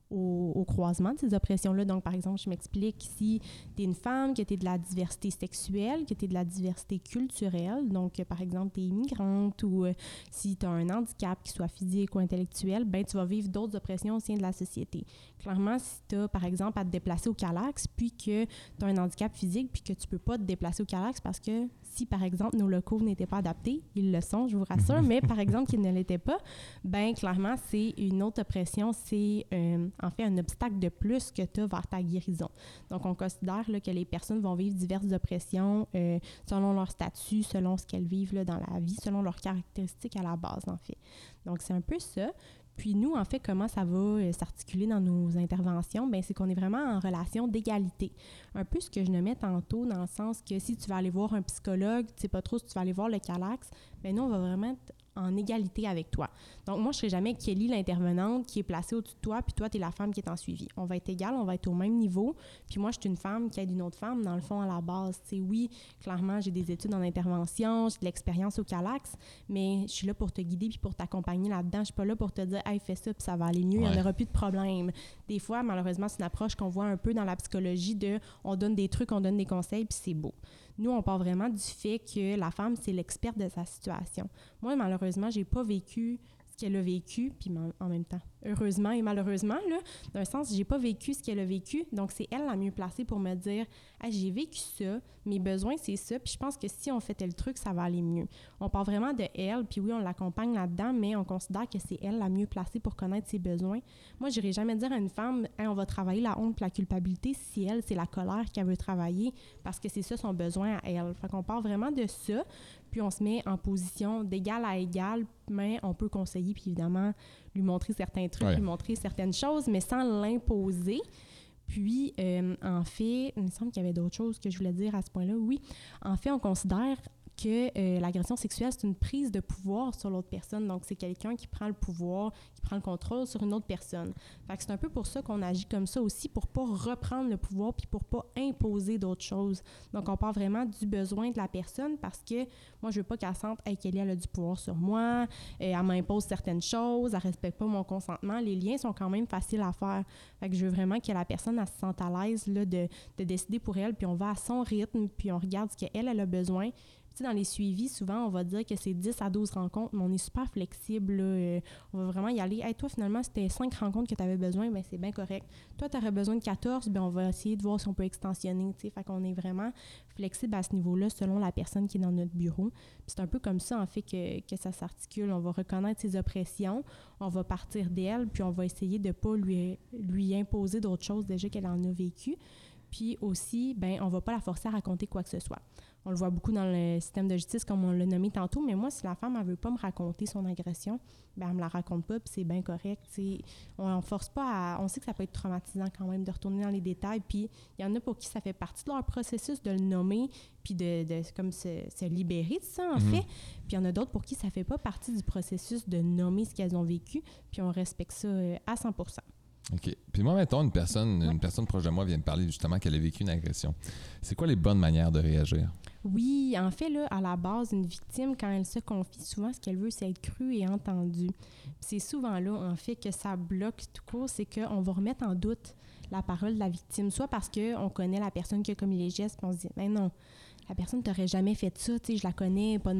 au croisement de ces oppressions-là. Donc, par exemple, je m'explique, si tu es une femme, que tu es de la diversité sexuelle, que tu es de la diversité culturelle, donc, par exemple, tu es immigrante ou si tu as un handicap, qu'il soit physique ou intellectuel, ben tu vas vivre d'autres oppressions au sein de la société. Clairement, si tu as, par exemple, à te déplacer au CALAX, puis que tu as un handicap physique, puis que tu peux pas te déplacer au CALAX parce que si, par exemple, nos locaux n'étaient pas adaptés, ils le sont, je vous rassure, mais par exemple, qu'ils ne l'étaient pas, ben clairement, c'est une autre oppression, c'est en fait un obstacle de plus que tu as vers ta guérison. Donc, on considère là, que les personnes vont vivre diverses oppressions selon leur statut, selon ce qu'elles vivent là, dans la vie, selon leurs caractéristiques à la base, en fait. Donc, c'est un peu ça. Puis nous, en fait, comment ça va s'articuler dans nos interventions? Bien, c'est qu'on est vraiment en relation d'égalité. Un peu ce que je nommais tantôt, dans le sens que si tu vas aller voir un psychologue, tu ne sais pas trop si tu vas aller voir le CALAX, bien nous, on va vraiment être en égalité avec toi. Donc, moi, je ne serai jamais Kelly, l'intervenante, qui est placée au-dessus de toi, puis toi, tu es la femme qui est en suivi. On va être égal, on va être au même niveau. Puis moi, je suis une femme qui aide une autre femme, dans le fond, à la base. Tu sais, oui, clairement, j'ai des études en intervention, j'ai de l'expérience au CALAX, mais je suis là pour te guider puis pour t'accompagner là-dedans. Je ne suis pas là pour te dire « Hey, fais ça, puis ça va aller mieux, il n'y en aura plus de problème. » Des fois, malheureusement, c'est une approche qu'on voit un peu dans la psychologie de « on donne des trucs, on donne des conseils, puis c'est beau ». Nous, on part vraiment du fait que la femme, c'est l'experte de sa situation. Moi, malheureusement, j'ai pas vécu ce qu'elle a vécu, puis en même temps, heureusement et malheureusement, là, d'un sens, j'ai pas vécu ce qu'elle a vécu, donc c'est elle la mieux placée pour me dire hey, « j'ai vécu ça, mes besoins, c'est ça, puis je pense que si on fait tel truc, ça va aller mieux. » On part vraiment de elle, puis oui, on l'accompagne là-dedans, mais on considère que c'est elle la mieux placée pour connaître ses besoins. Moi, j'irai jamais dire à une femme hey, « on va travailler la honte et la culpabilité » si elle, c'est la colère qu'elle veut travailler, parce que c'est ça son besoin à elle. Fait qu'on part vraiment de ça, puis on se met en position d'égal à égal, mais on peut conseiller, puis évidemment, lui montrer certains trucs, lui montrer certaines choses, mais sans l'imposer. Puis, en fait, il me semble qu'il y avait d'autres choses que je voulais dire à ce point-là. Oui, en fait, on considère que l'agression sexuelle, c'est une prise de pouvoir sur l'autre personne. Donc, c'est quelqu'un qui prend le pouvoir, qui prend le contrôle sur une autre personne. Fait que c'est un peu pour ça qu'on agit comme ça aussi, pour pas reprendre le pouvoir puis pour pas imposer d'autres choses. Donc, on part vraiment du besoin de la personne parce que moi, je veux pas qu'elle sente hey, Kelly, elle a du pouvoir sur moi, elle m'impose certaines choses, elle respecte pas mon consentement. Les liens sont quand même faciles à faire. Fait que je veux vraiment que la personne elle se sente à l'aise là, de décider pour elle, puis on va à son rythme, puis on regarde ce qu'elle a besoin. Dans les suivis, souvent, on va dire que c'est 10 à 12 rencontres, mais on est super flexible. Là. On va vraiment y aller. Hey, toi, finalement, c'était 5 rencontres que tu avais besoin, bien, c'est bien correct. Toi, tu aurais besoin de 14, bien, on va essayer de voir si on peut extensionner. T'sais. Fait qu'on est vraiment flexible à ce niveau-là selon la personne qui est dans notre bureau. Puis c'est un peu comme ça, en fait, que ça s'articule. On va reconnaître ses oppressions, on va partir d'elle, puis on va essayer de ne pas lui imposer d'autres choses déjà qu'elle en a vécu. Puis aussi, ben, on ne va pas la forcer à raconter quoi que ce soit. On le voit beaucoup dans le système de justice, comme on l'a nommé tantôt, mais moi, si la femme ne veut pas me raconter son agression, ben, elle ne me la raconte pas, puis c'est bien correct. T'sais. On ne force pas à... On sait que ça peut être traumatisant quand même de retourner dans les détails, puis il y en a pour qui ça fait partie de leur processus de le nommer, puis de comme se libérer de ça, en fait. Puis il y en a d'autres pour qui ça ne fait pas partie du processus de nommer ce qu'elles ont vécu, puis on respecte ça à 100%. OK. Puis moi, mettons, une personne proche de moi vient me parler justement qu'elle a vécu une agression. C'est quoi les bonnes manières de réagir? Oui, en fait, là, à la base, une victime, quand elle se confie, souvent, ce qu'elle veut, c'est être crue et entendue. C'est souvent là, en fait, que ça bloque tout court, c'est qu'on va remettre en doute la parole de la victime, soit parce qu'on connaît la personne qui a commis les gestes, puis on se dit « Mais non, la personne t'aurait jamais fait ça, tu sais, je la connais, pas de même. »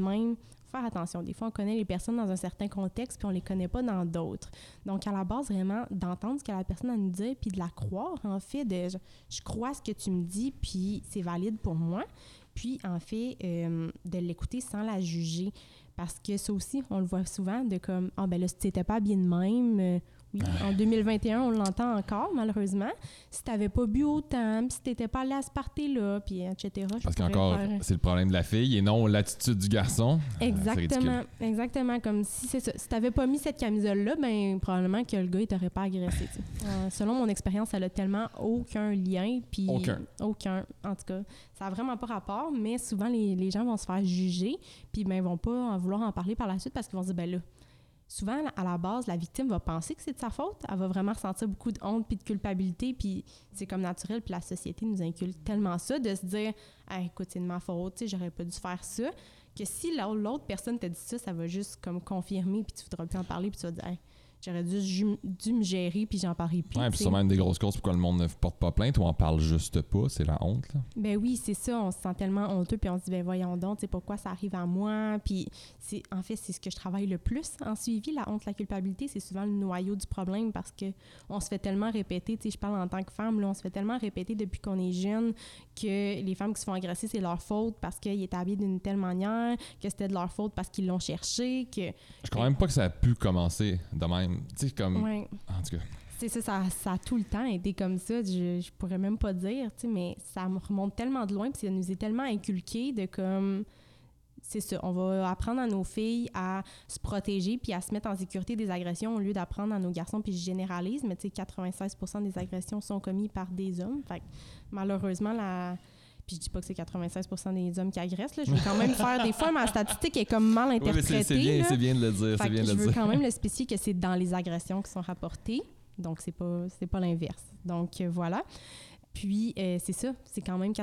faire attention. Des fois, on connaît les personnes dans un certain contexte, puis on les connaît pas dans d'autres. Donc, à la base, vraiment, d'entendre ce que la personne a à nous dire, puis de la croire, en fait, je crois ce que tu me dis, puis c'est valide pour moi. Puis, en fait, de l'écouter sans la juger. Parce que ça aussi, on le voit souvent, de comme, ah ben là, si tu n'étais pas bien de même... oui, en 2021, on l'entend encore, malheureusement. Si tu n'avais pas bu autant, puis si tu n'étais pas allé à ce party-là, puis etc. Parce qu'encore, c'est le problème de la fille et non l'attitude du garçon. Exactement, exactement. Comme si c'est ça. Si tu n'avais pas mis cette camisole-là, ben probablement que le gars, il t'aurait pas agressé. Selon mon expérience, ça n'a tellement aucun lien. Puis aucun. En tout cas, ça n'a vraiment pas rapport, mais souvent, les gens vont se faire juger, puis ben, ils vont pas vouloir en parler par la suite parce qu'ils vont se dire, ben là, souvent, à la base, la victime va penser que c'est de sa faute. Elle va vraiment ressentir beaucoup de honte puis de culpabilité, puis c'est comme naturel, puis la société nous inculque tellement ça, de se dire hey, « écoute, c'est de ma faute, tu sais, j'aurais pas dû faire ça », que si l'autre personne t'a dit ça, ça va juste comme confirmer, puis tu voudras plus en parler, puis tu vas dire hey, « j'aurais dû me gérer, puis j'en parlerai plus. » Ouais, puis c'est même des grosses causes pourquoi le monde ne porte pas plainte ou en parle juste pas, c'est la honte, là. Ben oui, c'est ça, on se sent tellement honteux, puis on se dit, ben voyons donc, tu sais, pourquoi ça arrive à moi, puis en fait, c'est ce que je travaille le plus en suivi, la honte, la culpabilité, c'est souvent le noyau du problème, parce que on se fait tellement répéter, tu sais, je parle en tant que femme, là, on se fait tellement répéter depuis qu'on est jeune que les femmes qui se font agresser, c'est leur faute parce qu'ils étaient habillés d'une telle manière, que c'était de leur faute parce qu'ils l'ont cherché, que... Je crois même pas que ça a pu commencer de même. Tu sais, comme... Ouais. En tout cas... C'est ça a tout le temps été comme ça. Je pourrais même pas dire, tu sais, mais ça me remonte tellement de loin, puis ça nous est tellement inculqué de comme... C'est ça, on va apprendre à nos filles à se protéger puis à se mettre en sécurité des agressions au lieu d'apprendre à nos garçons, puis je généralise, mais tu sais, 96% des agressions sont commises par des hommes. Fait que malheureusement, Puis je dis pas que c'est 96% des hommes qui agressent, là. Je vais quand même faire... Des fois, ma statistique est comme mal interprétée. Oui, c'est bien de le dire. Fait que je veux quand même le spécifier que c'est dans les agressions qui sont rapportées. Donc, c'est pas l'inverse. Donc, voilà. Puis, c'est ça. C'est quand même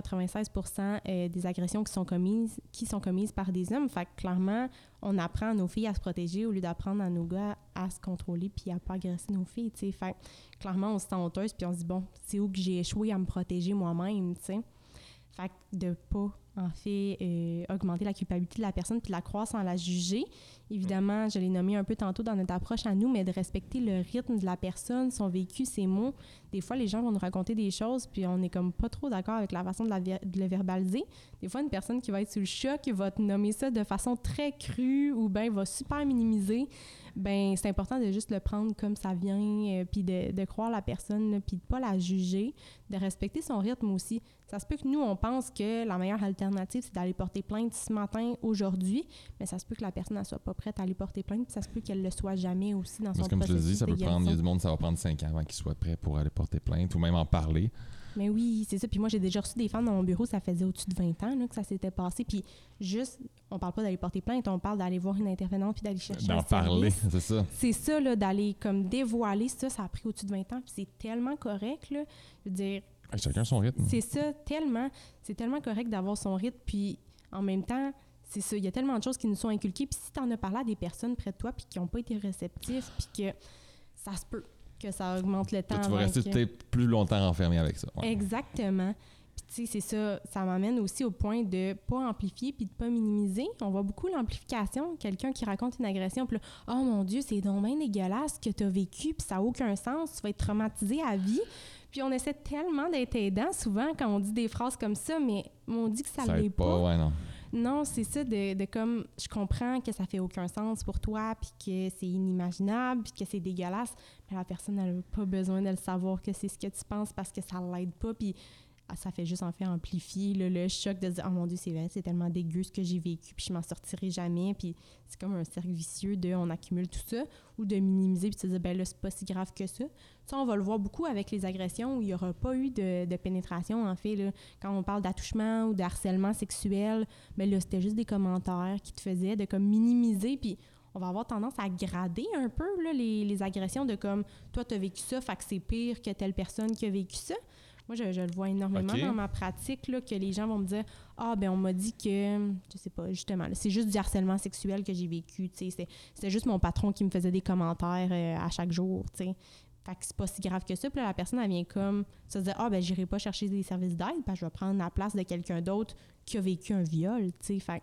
96% des agressions qui sont commises par des hommes. Fait que clairement, on apprend à nos filles à se protéger au lieu d'apprendre à nos gars à se contrôler puis à pas agresser nos filles, tu sais. Fait que clairement, on se sent honteuse puis on se dit, bon, c'est où que j'ai échoué à me protéger moi-même, tu sais. Fait que de pas, en fait, augmenter la culpabilité de la personne puis de la croire sans la juger. Évidemment, je l'ai nommé un peu tantôt dans notre approche à nous, mais de respecter le rythme de la personne, son vécu, ses mots. Des fois, les gens vont nous raconter des choses puis on est comme pas trop d'accord avec la façon de le verbaliser. Des fois, une personne qui va être sous le choc va te nommer ça de façon très crue ou bien va super minimiser. Ben c'est important de juste le prendre comme ça vient, puis de croire la personne, puis de pas la juger, de respecter son rythme aussi. Ça se peut que nous, on pense que la meilleure alternative, c'est d'aller porter plainte ce matin, aujourd'hui, mais ça se peut que la personne ne soit pas prête à aller porter plainte, puis ça se peut qu'elle ne le soit jamais aussi dans son processus. Comme je le dis, ça peut prendre, il y a du monde, ça va prendre 5 ans avant qu'il soit prêt pour aller porter plainte ou même en parler. Mais oui, c'est ça. Puis moi, j'ai déjà reçu des femmes dans mon bureau, ça faisait au-dessus de 20 ans là, que ça s'était passé. Puis juste, on parle pas d'aller porter plainte, on parle d'aller voir une intervenante puis d'aller chercher un service. D'en parler, c'est ça. C'est ça, là, d'aller comme dévoiler ça a pris au-dessus de 20 ans. Puis c'est tellement correct, là. Je veux dire... Chacun son rythme. C'est ça, tellement. C'est tellement correct d'avoir son rythme. Puis en même temps, c'est ça. Il y a tellement de choses qui nous sont inculquées. Puis si tu en as parlé à des personnes près de toi puis qui n'ont pas été réceptifs, puis que ça se peut que ça augmente le temps. Tu vas rester peut-être plus longtemps enfermé avec ça. Ouais. Exactement. Puis tu sais, c'est ça. Ça m'amène aussi au point de pas amplifier puis de pas minimiser. On voit beaucoup l'amplification. Quelqu'un qui raconte une agression, puis là, « Oh mon Dieu, c'est donc bien dégueulasse que tu as vécu, puis ça n'a aucun sens. Tu vas être traumatisé à vie. » Puis on essaie tellement d'être aidant souvent quand on dit des phrases comme ça, mais on dit que ça l'est pas. Ouais, non. Non, c'est ça, de comme, je comprends que ça fait aucun sens pour toi, puis que c'est inimaginable, puis que c'est dégueulasse, mais la personne n'a pas besoin de le savoir que c'est ce que tu penses parce que ça l'aide pas, puis ça fait juste en fait amplifier là, le choc de se dire « Oh mon Dieu, c'est vrai, c'est tellement dégueu ce que j'ai vécu, puis je m'en sortirai jamais. » Puis c'est comme un cercle vicieux de on accumule tout ça, ou de minimiser puis de se dire « Ben là, c'est pas si grave que ça. » Ça, on va le voir beaucoup avec les agressions où il n'y aura pas eu de pénétration, en fait. Là. Quand on parle d'attouchement ou de harcèlement sexuel, ben là, c'était juste des commentaires qui te faisaient de comme minimiser, puis on va avoir tendance à grader un peu là, les agressions de comme « Toi, t'as vécu ça, fait que c'est pire que telle personne qui a vécu ça. » Moi, je le vois énormément dans ma pratique, là, que les gens vont me dire « Ah, ben on m'a dit que, je sais pas, justement, là, c'est juste du harcèlement sexuel que j'ai vécu, tu sais, c'était juste mon patron qui me faisait des commentaires à chaque jour, tu sais. » Fait que c'est pas si grave que ça. Puis là, la personne, elle vient comme se dire « Ah, ben j'irai pas chercher des services d'aide parce que je vais prendre la place de quelqu'un d'autre qui a vécu un viol, tu sais. » Fait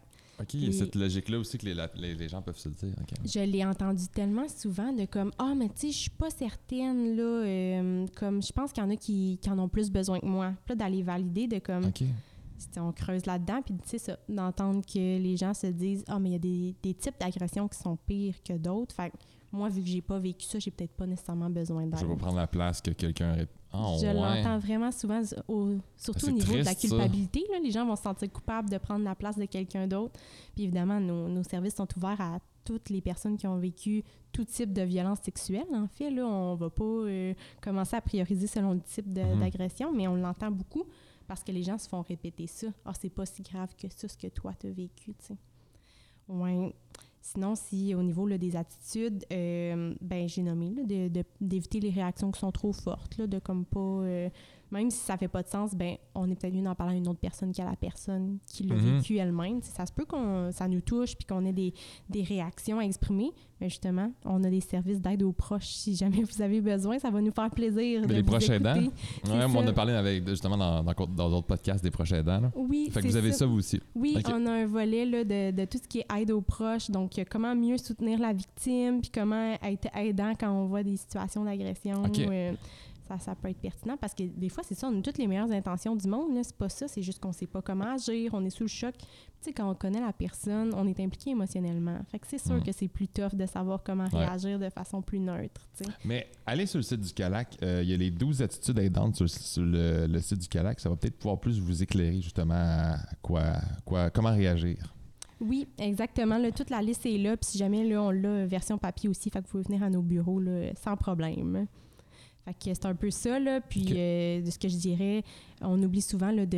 OK, il y a cette logique-là aussi que les gens peuvent se dire. Okay. Je l'ai entendu tellement souvent de comme « Ah, mais tu sais, je suis pas certaine, là, comme je pense qu'il y en a qui en ont plus besoin que moi. » Puis là, d'aller valider de comme... OK. On creuse là-dedans, puis tu sais ça, d'entendre que les gens se disent « Ah, mais il y a des types d'agressions qui sont pires que d'autres. » Fait que moi, vu que j'ai pas vécu ça, j'ai peut-être pas nécessairement besoin d'aide. Je vais prendre la place que quelqu'un... Je l'entends vraiment souvent, surtout au niveau de la culpabilité. Là, les gens vont se sentir coupables de prendre la place de quelqu'un d'autre. Puis évidemment, nos services sont ouverts à toutes les personnes qui ont vécu tout type de violence sexuelle. En fait, là, on va pas commencer à prioriser selon le type d'agression, mais on l'entend beaucoup parce que les gens se font répéter ça. « Ah, c'est pas si grave que ça, ce que toi, t'as vécu. » tu sais. Ouais. Sinon, si au niveau là, des attitudes, ben j'ai nommé là, d'éviter les réactions qui sont trop fortes, là, de comme pas... même si ça fait pas de sens, ben on est peut-être mieux d'en parler à une autre personne qu'à la personne qui l'a vécu elle-même. T'sais, ça se peut ça nous touche puis qu'on ait des réactions à exprimer. Mais justement, on a des services d'aide aux proches. Si jamais vous avez besoin, ça va nous faire plaisir de les vous proches aidants? Oui, on a parlé justement dans d'autres podcasts des proches aidants. Là. Oui, fait que vous avez ça vous aussi. Oui, okay. On a un volet là, de tout ce qui est aide aux proches. Donc, comment mieux soutenir la victime puis comment être aidant quand on voit des situations d'agression. Okay. Ça peut être pertinent parce que des fois, c'est ça, on a toutes les meilleures intentions du monde. Là, c'est pas ça, c'est juste qu'on sait pas comment agir, on est sous le choc. Tu sais, quand on connaît la personne, on est impliqué émotionnellement. Fait que c'est sûr que c'est plus tough de savoir comment réagir de façon plus neutre. T'sais. Mais allez sur le site du CALAC, il y a les 12 attitudes aidantes sur le site du CALAC. Ça va peut-être pouvoir plus vous éclairer justement à comment réagir. Oui, exactement. Là, toute la liste est là. Puis si jamais là, on l'a version papier aussi, fait que vous pouvez venir à nos bureaux là, sans problème. Fait que c'est un peu ça, là. Puis, de ce que je dirais, on oublie souvent, là,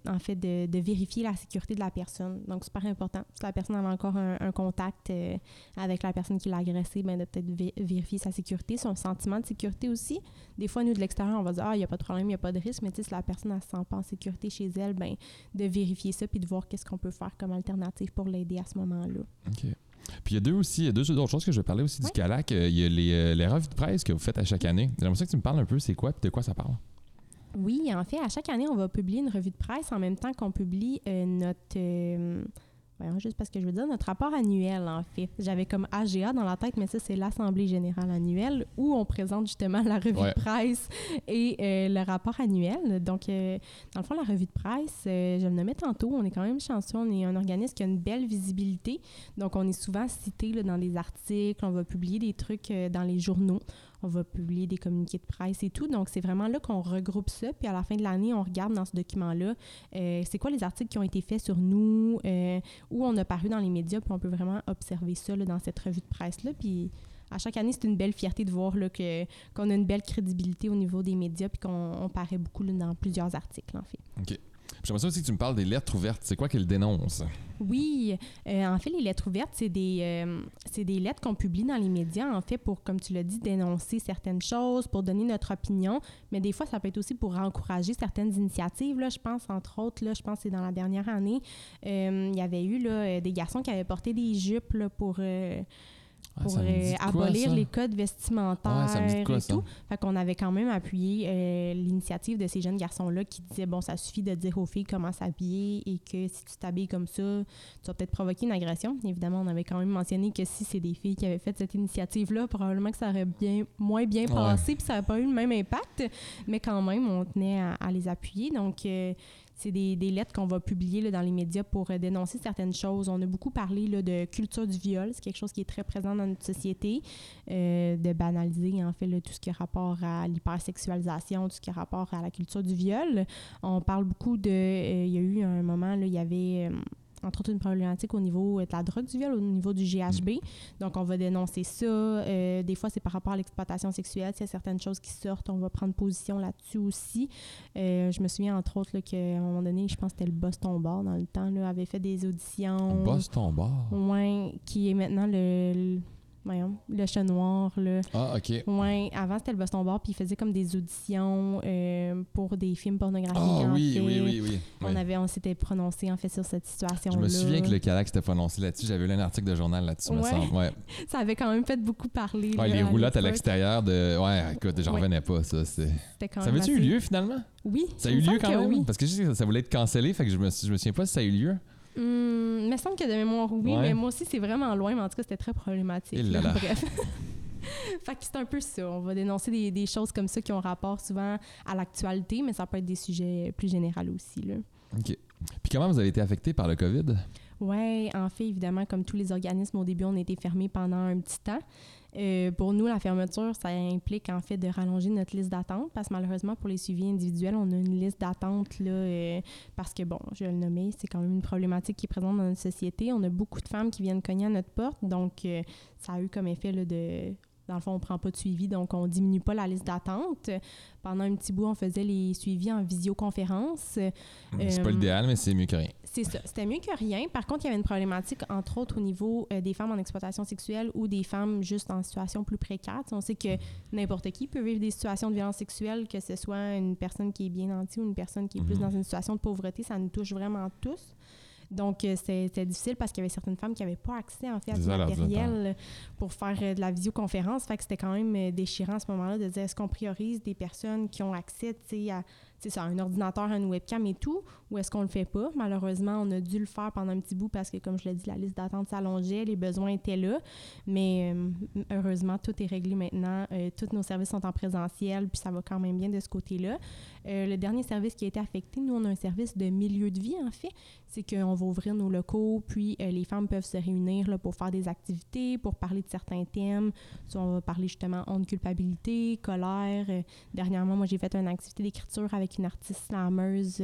de vérifier la sécurité de la personne. Donc, super important. Si la personne avait encore un contact avec la personne qui l'a agressé, bien, de peut-être vérifier sa sécurité, son sentiment de sécurité aussi. Des fois, nous, de l'extérieur, on va dire « Ah, il n'y a pas de problème, il n'y a pas de risque. » Mais tu sais, si la personne ne se sent pas en sécurité chez elle, bien, de vérifier ça puis de voir qu'est-ce qu'on peut faire comme alternative pour l'aider à ce moment-là. OK. Puis il y a deux autres choses que je vais parler aussi du CALAC. Il y a les revues de presse que vous faites à chaque année. J'aimerais ça que tu me parles un peu, c'est quoi et de quoi ça parle? Oui, en fait, à chaque année, on va publier une revue de presse en même temps qu'on publie notre... juste parce que je veux dire, notre rapport annuel, en fait. J'avais comme AGA dans la tête, mais ça, c'est l'Assemblée générale annuelle où on présente justement la revue de presse et le rapport annuel. Donc, dans le fond, la revue de presse, je le nommais tantôt, on est quand même chanceux. On est un organisme qui a une belle visibilité. Donc, on est souvent cité là, dans des articles, on va publier des trucs dans les journaux. On va publier des communiqués de presse et tout. Donc, c'est vraiment là qu'on regroupe ça. Puis, à la fin de l'année, on regarde dans ce document-là, c'est quoi les articles qui ont été faits sur nous, où on a paru dans les médias, puis on peut vraiment observer ça là, dans cette revue de presse-là. Puis, à chaque année, c'est une belle fierté de voir là, qu'on a une belle crédibilité au niveau des médias, puis qu'on paraît beaucoup là, dans plusieurs articles, en fait. OK. J'aimerais ça aussi que tu me parles des lettres ouvertes. C'est quoi qu'elles dénoncent? Oui. En fait, les lettres ouvertes, c'est des lettres qu'on publie dans les médias, en fait, pour, comme tu l'as dit, dénoncer certaines choses, pour donner notre opinion. Mais des fois, ça peut être aussi pour encourager certaines initiatives. Là, je pense, entre autres, là, je pense que c'est dans la dernière année, il y avait eu là, des garçons qui avaient porté des jupes là, pour abolir les codes vestimentaires et tout. Fait qu'on avait quand même appuyé l'initiative de ces jeunes garçons-là qui disaient, bon, ça suffit de dire aux filles comment s'habiller et que si tu t'habilles comme ça, tu vas peut-être provoquer une agression. Évidemment, on avait quand même mentionné que si c'est des filles qui avaient fait cette initiative-là, probablement que ça aurait moins bien passé puis ça n'aurait pas eu le même impact. Mais quand même, on tenait à les appuyer. Donc, c'est des lettres qu'on va publier là, dans les médias pour dénoncer certaines choses. On a beaucoup parlé là, de culture du viol. C'est quelque chose qui est très présent dans notre société. De banaliser, en fait, là, tout ce qui a rapport à l'hypersexualisation, tout ce qui a rapport à la culture du viol. On parle beaucoup de... il y a eu un moment, là, il y avait... entre autres, une problématique au niveau de la drogue du viol, au niveau du GHB. Donc, on va dénoncer ça. Des fois, c'est par rapport à l'exploitation sexuelle. S'il y a certaines choses qui sortent, on va prendre position là-dessus aussi. Je me souviens, entre autres, là, qu'à un moment donné, je pense que c'était le Boston Bar, dans le temps, là, avait fait des auditions. Le Boston Bar? Oui, qui est maintenant le chat noir, là. Ah, OK. Oui, avant, c'était le Boston Bar, puis il faisait comme des auditions pour des films pornographiques. Ah, oui. On s'était prononcé, en fait, sur cette situation-là. Je me souviens que le CALAC s'était prononcé là-dessus. J'avais lu un article de journal là-dessus, me semble. Ouais. Ça avait quand même fait beaucoup parler. Ouais, là, les roulottes à l'extérieur de... Ouais, écoute, j'en revenais pas, ça. C'était quand ça même avait-tu eu lieu, finalement? Oui. Ça a eu lieu quand même? Oui. Parce que je sais que ça voulait être cancellé, fait que je me souviens pas si ça a eu lieu. Il me semble que de mémoire, oui, Ouais. mais moi aussi, c'est vraiment loin, mais en tout cas, c'était très problématique. Et là là. Bref. Fait que c'est un peu ça. On va dénoncer des choses comme ça qui ont rapport souvent à l'actualité, mais ça peut être des sujets plus généraux aussi, là. OK. Puis comment vous avez été affecté par le COVID? Oui, en fait, évidemment, comme tous les organismes, au début, on a été fermés pendant un petit temps. Pour nous, la fermeture, ça implique en fait de rallonger notre liste d'attente parce que malheureusement, pour les suivis individuels, on a une liste d'attente là, parce que, bon, je vais le nommer, c'est quand même une problématique qui est présente dans notre société. On a beaucoup de femmes qui viennent cogner à notre porte, donc ça a eu comme effet là, de... Dans le fond, on ne prend pas de suivi, donc on ne diminue pas la liste d'attente. Pendant un petit bout, on faisait les suivis en visioconférence. C'est pas l'idéal, mais c'est mieux que rien. C'est ça. C'était mieux que rien. Par contre, il y avait une problématique, entre autres, au niveau des femmes en exploitation sexuelle ou des femmes juste en situation plus précaire. On sait que n'importe qui peut vivre des situations de violence sexuelle, que ce soit une personne qui est bien nantie ou une personne qui est plus dans une situation de pauvreté. Ça nous touche vraiment tous. Donc, c'était difficile parce qu'il y avait certaines femmes qui n'avaient pas accès, en fait, à du matériel pour faire de la visioconférence. Fait que c'était quand même déchirant à ce moment-là de dire est-ce qu'on priorise des personnes qui ont accès, tu sais, à un ordinateur, à une webcam et tout, ou est-ce qu'on le fait pas? Malheureusement, on a dû le faire pendant un petit bout parce que, comme je l'ai dit, la liste d'attente s'allongeait, les besoins étaient là. Mais heureusement, tout est réglé maintenant. Tous nos services sont en présentiel, puis ça va quand même bien de ce côté-là. Le dernier service qui a été affecté, nous, on a un service de milieu de vie, en fait. C'est qu'on va ouvrir nos locaux, puis les femmes peuvent se réunir là, pour faire des activités, pour parler de certains thèmes. Soit on va parler justement honte, culpabilité, colère. Dernièrement, moi, j'ai fait une activité d'écriture avec une artiste slameuse,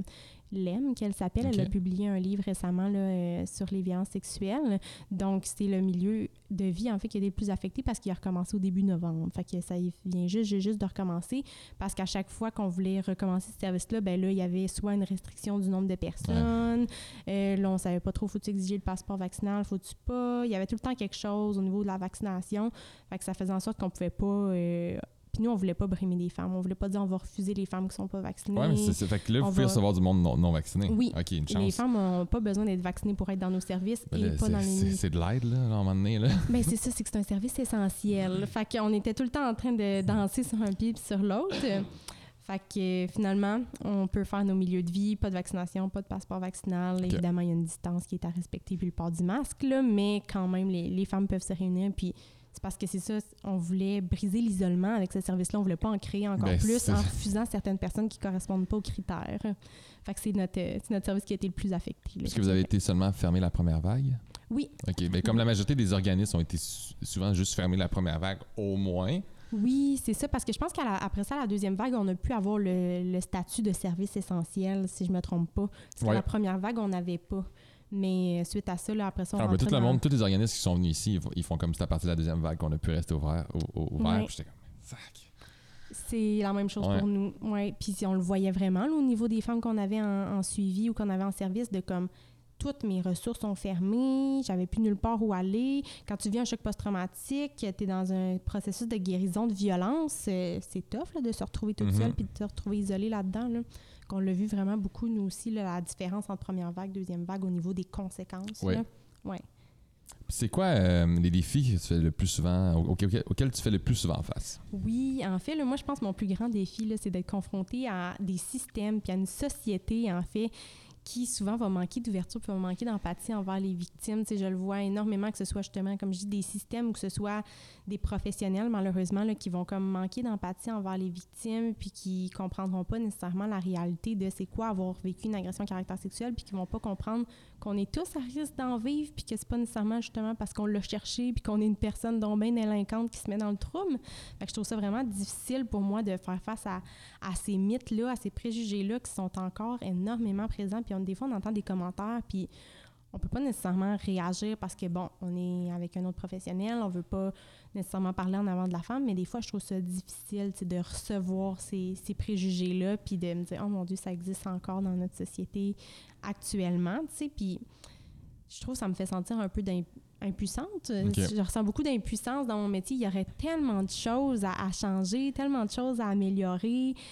Lem, qu'elle s'appelle. Okay. Elle a publié un livre récemment là, sur les violences sexuelles. Donc, c'est le milieu de vie, en fait, qui a été le plus affecté parce qu'il a recommencé au début novembre. Fait que ça vient juste de recommencer parce qu'à chaque fois qu'on voulait recommencer ce service-là, ben là, il y avait soit une restriction du nombre de personnes. Là, on savait pas trop, faut-tu exiger le passeport vaccinal, faut-tu pas. Il y avait tout le temps quelque chose au niveau de la vaccination. Fait que ça faisait en sorte qu'on pouvait pas... Puis nous, on voulait pas brimer les femmes. On voulait pas dire on va refuser les femmes qui sont pas vaccinées. Oui, mais c'est ça. Fait que là, vous pouvez recevoir du monde non vacciné. Oui. OK, une chance. Les femmes n'ont pas besoin d'être vaccinées pour être dans nos services et pas dans les... C'est de l'aide, là, à un moment donné, là. Bien, c'est ça, c'est que c'est un service essentiel. Fait qu'on était tout le temps en train de danser sur un pied et sur l'autre. Fait que finalement, on peut faire nos milieux de vie, pas de vaccination, pas de passeport vaccinal. Okay. Évidemment, il y a une distance qui est à respecter puis le port du masque, là, mais quand même, les femmes peuvent se réunir puis... C'est parce que c'est ça, on voulait briser l'isolement avec ce service-là. On voulait pas en créer encore plus en refusant certaines personnes qui correspondent pas aux critères. Fait que c'est notre service qui a été le plus affecté. Est-ce que vous avez été seulement fermé la première vague? Oui. OK. Mais comme la majorité des organismes ont été souvent juste fermés la première vague, au moins... Oui, c'est ça, parce que je pense qu'après ça, la deuxième vague, on a pu avoir le statut de service essentiel, si je me trompe pas. Parce que la première vague, on n'avait pas. Mais suite à ça, là, après ça, on tout le monde, tous les organismes qui sont venus ici, ils font comme c'est à partir de la deuxième vague qu'on a pu rester ouvert. Ouais. J'étais comme, sac. C'est la même chose pour nous. Ouais. Puis on le voyait vraiment là, au niveau des femmes qu'on avait en suivi ou qu'on avait en service, de comme toutes mes ressources sont fermées, j'avais plus nulle part où aller. Quand tu vis un choc post-traumatique, tu es dans un processus de guérison de violence, c'est tough là, de se retrouver toute seule puis de se retrouver isolée là-dedans. Là. On l'a vu vraiment beaucoup, nous aussi, là, la différence entre première vague, deuxième vague au niveau des conséquences. Oui. Là. Ouais. C'est quoi les défis que tu fais le plus souvent, auxquels tu fais le plus souvent face? Oui, en fait, là, moi, je pense que mon plus grand défi, là, c'est d'être confronté à des systèmes puis à une société, en fait, qui souvent va manquer d'ouverture puis va manquer d'empathie envers les victimes. Tu sais, je le vois énormément, que ce soit justement, comme je dis, des systèmes ou que ce soit des professionnels, malheureusement, là, qui vont comme manquer d'empathie envers les victimes puis qui comprendront pas nécessairement la réalité de c'est quoi avoir vécu une agression à caractère sexuel puis qui vont pas comprendre qu'on est tous à risque d'en vivre puis que c'est pas nécessairement justement parce qu'on l'a cherché puis qu'on est une personne donc bien délinquante qui se met dans le trouble. Fait que je trouve ça vraiment difficile pour moi de faire face à ces mythes-là, à ces préjugés-là qui sont encore énormément présents. Puis des fois, on entend des commentaires, puis on peut pas nécessairement réagir parce que, bon, on est avec un autre professionnel, on veut pas nécessairement parler en avant de la femme, mais des fois, je trouve ça difficile de recevoir ces préjugés-là, puis de me dire « Oh mon Dieu, ça existe encore dans notre société actuellement », tu sais, puis je trouve que ça me fait sentir un peu impuissante. Okay. Je ressens beaucoup d'impuissance dans mon métier. Il y aurait tellement de choses à changer, tellement de choses à améliorer.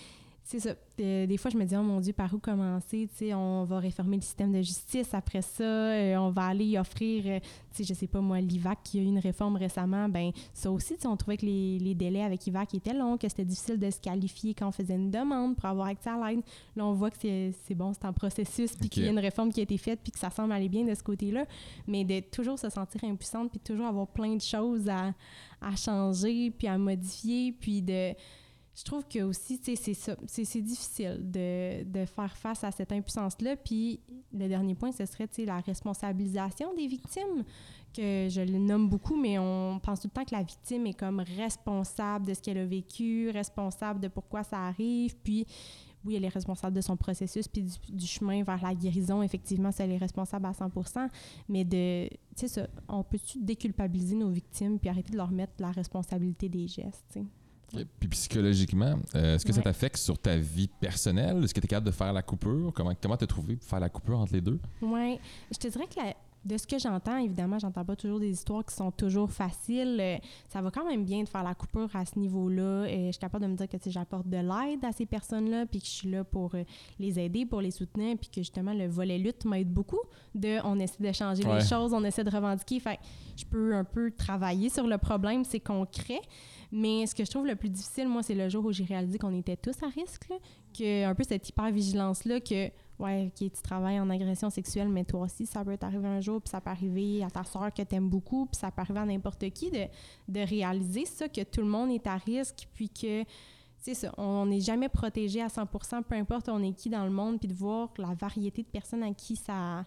C'est ça. Des fois, je me dis, oh mon Dieu, par où commencer? Tu sais, on va réformer le système de justice. Après ça, on va aller offrir, tu sais, je sais pas moi, l'IVAC qui a eu une réforme récemment. Ben ça aussi, tu sais, on trouvait que les délais avec IVAC étaient longs, que c'était difficile de se qualifier quand on faisait une demande pour avoir accès à l'aide. Là, on voit que c'est bon, c'est en processus, puis qu'il y a une réforme qui a été faite, puis que ça semble aller bien de ce côté-là. Mais de toujours se sentir impuissante, puis de toujours avoir plein de choses à changer, puis à modifier, puis de... Je trouve que aussi, tu sais, c'est difficile de faire face à cette impuissance-là. Puis le dernier point, ce serait, tu sais, la responsabilisation des victimes, que je le nomme beaucoup, mais on pense tout le temps que la victime est comme responsable de ce qu'elle a vécu, responsable de pourquoi ça arrive, puis oui, elle est responsable de son processus puis du chemin vers la guérison. Effectivement, elle est responsable à 100%, mais tu sais ça, on peut-tu déculpabiliser nos victimes puis arrêter de leur mettre la responsabilité des gestes, tu sais? Okay. Puis psychologiquement, est-ce que ça t'affecte sur ta vie personnelle? Est-ce que tu es capable de faire la coupure? Comment t'as trouvé pour faire la coupure entre les deux? Oui, je te dirais que de ce que j'entends, évidemment, j'entends pas toujours des histoires qui sont toujours faciles. Ça va quand même bien de faire la coupure à ce niveau-là. Je suis capable de me dire que j'apporte de l'aide à ces personnes-là, puis que je suis là pour les aider, pour les soutenir, puis que justement, le volet lutte m'aide beaucoup. On essaie de changer les choses, on essaie de revendiquer. Fait je peux un peu travailler sur le problème, c'est concret. Mais ce que je trouve le plus difficile, moi, c'est le jour où j'ai réalisé qu'on était tous à risque, là, que un peu cette hyper-vigilance-là, que, ouais, OK, tu travailles en agression sexuelle, mais toi aussi, ça peut t'arriver un jour, puis ça peut arriver à ta soeur que t'aimes beaucoup, puis ça peut arriver à n'importe qui, de réaliser ça, que tout le monde est à risque, puis que, c'est ça, on n'est jamais protégé à 100%, peu importe on est qui dans le monde, puis de voir la variété de personnes à qui ça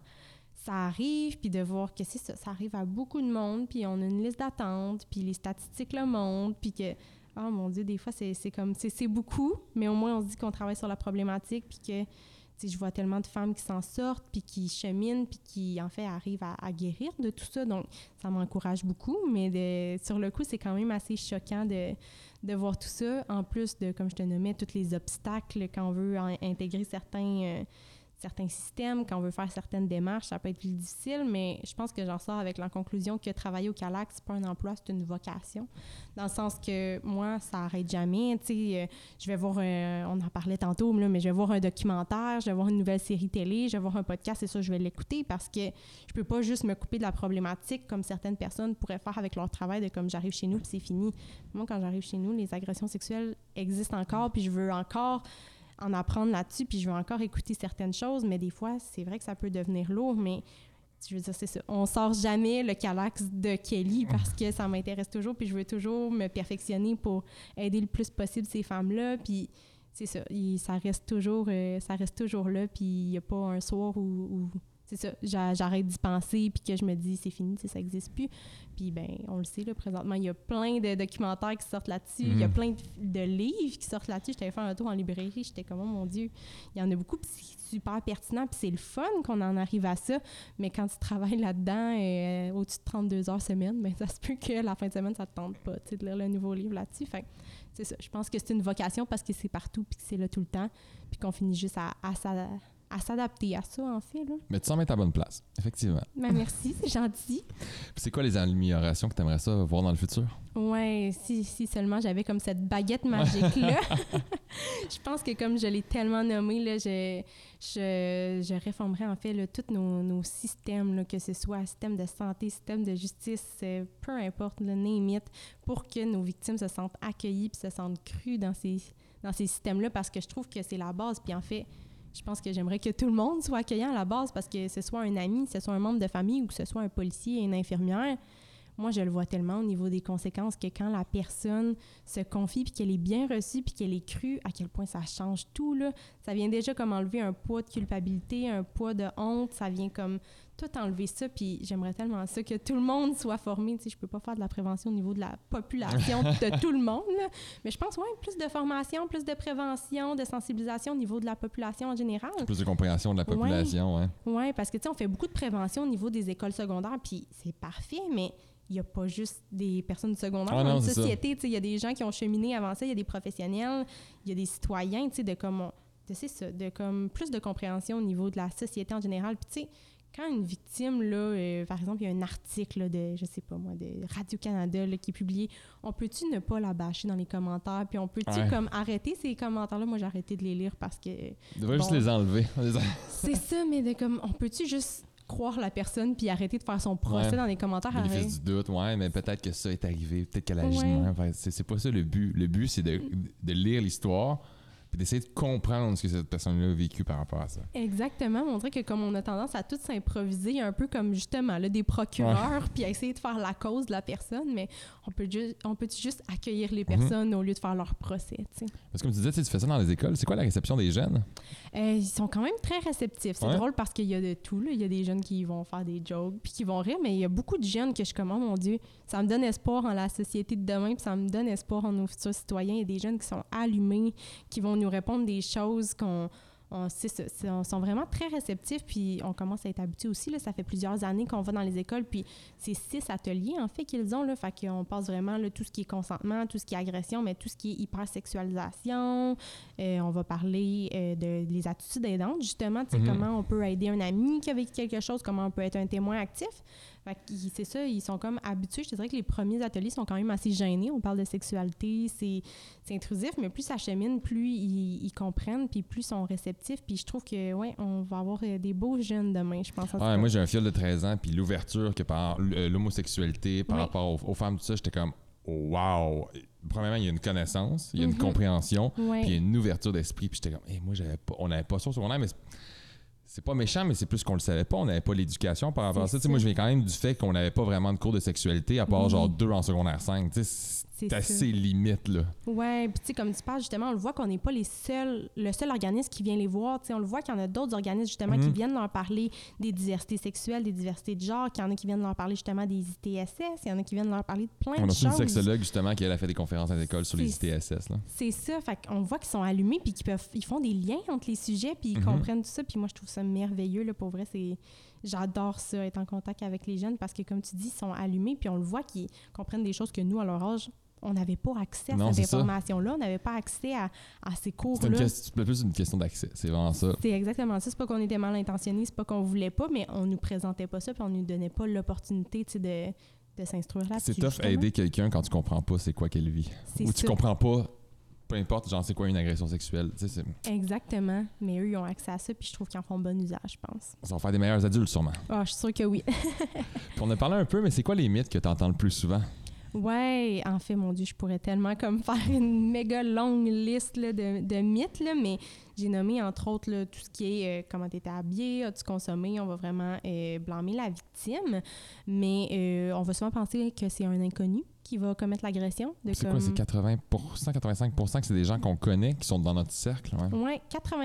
arrive, puis de voir que ça arrive à beaucoup de monde, puis on a une liste d'attente, puis les statistiques le montrent, puis que, oh mon Dieu, des fois, c'est beaucoup, mais au moins, on se dit qu'on travaille sur la problématique, puis que, tu sais, je vois tellement de femmes qui s'en sortent, puis qui cheminent, puis qui, en fait, arrivent à guérir de tout ça, donc ça m'encourage beaucoup, mais sur le coup, c'est quand même assez choquant de voir tout ça, en plus de, comme je te nommais, tous les obstacles quand on veut intégrer certains systèmes, quand on veut faire certaines démarches, ça peut être plus difficile, mais je pense que j'en sors avec la conclusion que travailler au CALAC, c'est pas un emploi, c'est une vocation. Dans le sens que moi, ça arrête jamais. Tu sais, je vais voir, on en parlait tantôt, là, mais je vais voir un documentaire, je vais voir une nouvelle série télé, je vais voir un podcast, et ça, je vais l'écouter parce que je peux pas juste me couper de la problématique comme certaines personnes pourraient faire avec leur travail de comme j'arrive chez nous puis c'est fini. Moi, quand j'arrive chez nous, les agressions sexuelles existent encore puis je veux encore en apprendre là-dessus, puis je veux encore écouter certaines choses, mais des fois, c'est vrai que ça peut devenir lourd, mais je veux dire, c'est ça. On sort jamais le CALAC de Kelly parce que ça m'intéresse toujours, puis je veux toujours me perfectionner pour aider le plus possible ces femmes-là, puis c'est ça. Ça reste toujours là, puis il n'y a pas un soir où c'est ça, j'arrête d'y penser, puis que je me dis, c'est fini, ça n'existe plus. Puis, ben on le sait, là, présentement, il y a plein de documentaires qui sortent là-dessus, il y a plein de livres qui sortent là-dessus. J'étais faire un tour en librairie, j'étais comme, oh mon Dieu, il y en a beaucoup, puis c'est super pertinent, puis c'est le fun qu'on en arrive à ça. Mais quand tu travailles là-dedans, au-dessus de 32 heures semaine, ben ça se peut que la fin de semaine, ça te tente pas, tu sais, de lire le nouveau livre là-dessus. Fait c'est ça, je pense que c'est une vocation parce que c'est partout, puis que c'est là tout le temps, puis qu'on finit juste à s'adapter à ça, en fait. Là. Mais tu sembles être à bonne place, effectivement. Ben merci, c'est gentil. Puis c'est quoi les améliorations que tu aimerais ça voir dans le futur? Oui, si seulement j'avais comme cette baguette magique-là. Je pense que comme je l'ai tellement nommé, là, je réformerais en fait là, tous nos systèmes, là, que ce soit système de santé, système de justice, peu importe, le name it, pour que nos victimes se sentent accueillies et se sentent crues dans ces systèmes-là, parce que je trouve que c'est la base. Puis en fait, je pense que j'aimerais que tout le monde soit accueillant à la base, parce que ce soit un ami, ce soit un membre de famille ou que ce soit un policier et une infirmière. Moi, je le vois tellement au niveau des conséquences que quand la personne se confie puis qu'elle est bien reçue puis qu'elle est crue, à quel point ça change tout, là. Ça vient déjà comme enlever un poids de culpabilité, un poids de honte. Ça vient comme tout enlever ça. Puis j'aimerais tellement ça que tout le monde soit formé. Tu sais, je peux pas faire de la prévention au niveau de la population de tout le monde, là. Mais je pense, plus de formation, plus de prévention, de sensibilisation au niveau de la population en général. Plus de compréhension de la population, ouais. Oui, parce que, tu sais, on fait beaucoup de prévention au niveau des écoles secondaires, puis c'est parfait, mais il n'y a pas juste des personnes secondaires dans une société. Il y a des gens qui ont cheminé avant ça, il y a des professionnels, il y a des citoyens, de comme plus de compréhension au niveau de la société en général. Puis tu sais, quand une victime, là, par exemple, il y a un article là, de, je sais pas moi, de Radio-Canada là, qui est publié, on peut-tu ne pas la bâcher dans les commentaires? Puis on peut-tu comme arrêter ces commentaires-là? Moi, j'ai arrêté de les lire parce que... On devrait juste les enlever. C'est ça, mais de comme, on peut-tu juste croire la personne puis arrêter de faire son procès dans les commentaires? Bénéfice du doute, mais peut-être que ça est arrivé, peut-être qu'elle agit de même. C'est pas ça le but. Le but, c'est de lire l'histoire puis d'essayer de comprendre ce que cette personne-là a vécu par rapport à ça. Exactement. On dirait que comme on a tendance à tout s'improviser, un peu comme justement là, des procureurs, puis à essayer de faire la cause de la personne, mais on peut juste accueillir les personnes au lieu de faire leur procès, tu sais. Parce que comme tu disais, tu fais ça dans les écoles. C'est quoi la réception des jeunes? Ils sont quand même très réceptifs. C'est drôle parce qu'il y a de tout. Là. Il y a des jeunes qui vont faire des jokes puis qui vont rire, mais il y a beaucoup de jeunes que je suis comme, oh mon Dieu, ça me donne espoir en la société de demain puis ça me donne espoir en nos futurs citoyens. Il y a des jeunes qui sont allumés, qui vont nous répondre des choses sont vraiment très réceptifs, puis on commence à être habitués aussi. Là, ça fait plusieurs années qu'on va dans les écoles, puis c'est 6 ateliers, en fait, qu'ils ont. Là, fait qu'on passe vraiment là, tout ce qui est consentement, tout ce qui est agression, mais tout ce qui est hypersexualisation. On va parler des attitudes aidantes, justement, comment on peut aider un ami qui a vécu quelque chose, comment on peut être un témoin actif. Fait que c'est ça, ils sont comme habitués. Je te dirais que les premiers ateliers sont quand même assez gênés. On parle de sexualité, c'est intrusif, mais plus ça chemine, plus ils comprennent, puis plus ils sont réceptifs. Puis je trouve que, on va avoir des beaux jeunes demain, je pense. Moi, j'ai un filleul de 13 ans, puis l'ouverture que par l'homosexualité, par rapport aux femmes, tout ça, j'étais comme, wow! Premièrement, il y a une connaissance, il y a une compréhension, puis il y a une ouverture d'esprit. Puis j'étais comme, moi, on n'avait pas ça au secondaire, mais c'est pas méchant, mais c'est plus qu'on le savait pas. On n'avait pas l'éducation par rapport à ça. Moi, je viens quand même du fait qu'on n'avait pas vraiment de cours de sexualité, à part genre 2 en secondaire 5. C'est assez limite, là. Ouais, puis tu sais, comme tu parles, justement, on le voit qu'on n'est pas le seul organisme qui vient les voir. On le voit qu'il y en a d'autres organismes, justement, qui viennent leur parler des diversités sexuelles, des diversités de genre, qu'il y en a qui viennent leur parler, justement, des ITSS, il y en a qui viennent leur parler de plein de choses. On a aussi une sexologue, justement, qui a fait des conférences à l'école sur les ITSS, là. C'est ça, fait qu'on voit qu'ils sont allumés, puis ils font des liens entre les sujets, puis ils comprennent tout ça, puis moi, je trouve ça merveilleux, là, pour vrai, j'adore ça, être en contact avec les jeunes, parce que, comme tu dis, ils sont allumés, puis on le voit qu'ils comprennent des choses que nous, à leur âge, on n'avait pas accès à cette information-là. On n'avait pas accès à ces cours-là. C'est plus une question d'accès. C'est vraiment ça. C'est exactement ça. C'est pas qu'on était mal intentionnés, c'est pas qu'on voulait pas, mais on nous présentait pas ça puis on nous donnait pas l'opportunité de s'instruire là-dessus. C'est tough aider quelqu'un quand tu comprends pas c'est quoi qu'elle vit. Ou tu comprends pas, peu importe, genre c'est quoi une agression sexuelle. Exactement. Mais eux, ils ont accès à ça puis je trouve qu'ils en font bon usage, je pense. Ça va faire des meilleurs adultes, sûrement. Ah, je suis sûre que oui. Puis on a parlé un peu, mais c'est quoi les mythes que tu entends le plus souvent? Ouais, en fait, mon Dieu, je pourrais tellement comme faire une méga longue liste là, de mythes, là, mais j'ai nommé entre autres là, tout ce qui est comment tu étais habillé, as-tu consommé, on va vraiment blâmer la victime, mais on va souvent penser que c'est un inconnu qui va commettre l'agression. C'est quoi, c'est 80%, 85% que c'est des gens qu'on connaît, qui sont dans notre cercle? Oui,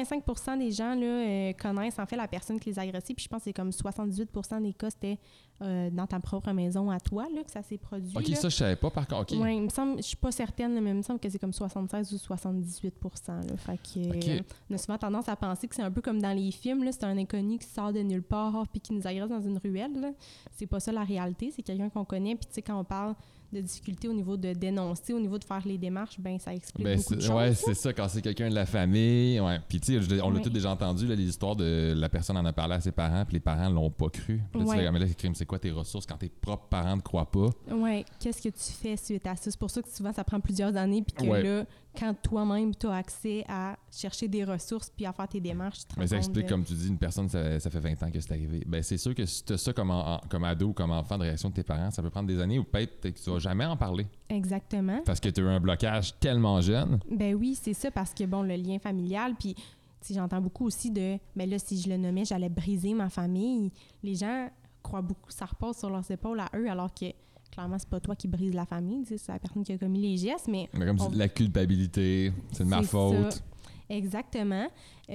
85% des gens là, connaissent en fait la personne qui les a agressés, puis je pense que c'est comme 78% des cas, c'était dans ta propre maison à toi là, que ça s'est produit. OK, là. Ça, je savais pas par contre. Okay. Oui, il me semble, je suis pas certaine, mais il me semble que c'est comme 76 ou 78%. Là, fait que, on a souvent tendance à penser que c'est un peu comme dans les films, là, c'est un inconnu qui sort de nulle part puis qui nous agresse dans une ruelle. Là. C'est pas ça la réalité, c'est quelqu'un qu'on connaît, puis tu sais, quand on parle de difficultés au niveau de dénoncer, au niveau de faire les démarches, ben ça explique beaucoup de choses. Ouais, c'est ça, quand c'est quelqu'un de la famille. Ouais. Puis tu sais, on l'a tous déjà entendu, là, les histoires de la personne en a parlé à ses parents, puis les parents l'ont pas cru. Puis là, tu sais, mais là, c'est quoi tes ressources quand tes propres parents ne croient pas? Oui, qu'est-ce que tu fais suite à ça? C'est pour ça que souvent, ça prend plusieurs années, puis que là, quand toi-même, tu as accès à chercher des ressources puis à faire tes démarches, tu te rends compte. Ça explique, comme tu dis, une personne, ça fait 20 ans que c'est arrivé. Ben c'est sûr que si tu as ça comme ado ou comme enfant de réaction de tes parents, ça peut prendre des années ou peut-être que tu vas jamais en parler. Exactement. Parce que tu as eu un blocage tellement jeune. Ben oui, c'est ça, parce que, bon, le lien familial, puis j'entends beaucoup aussi de, ben là, si je le nommais, j'allais briser ma famille. Les gens croient beaucoup, ça repose sur leurs épaules à eux, alors que clairement, c'est pas toi qui brise la famille, c'est la personne qui a commis les gestes, mais comme tu dis, la culpabilité, c'est de ma faute. Ça. Exactement.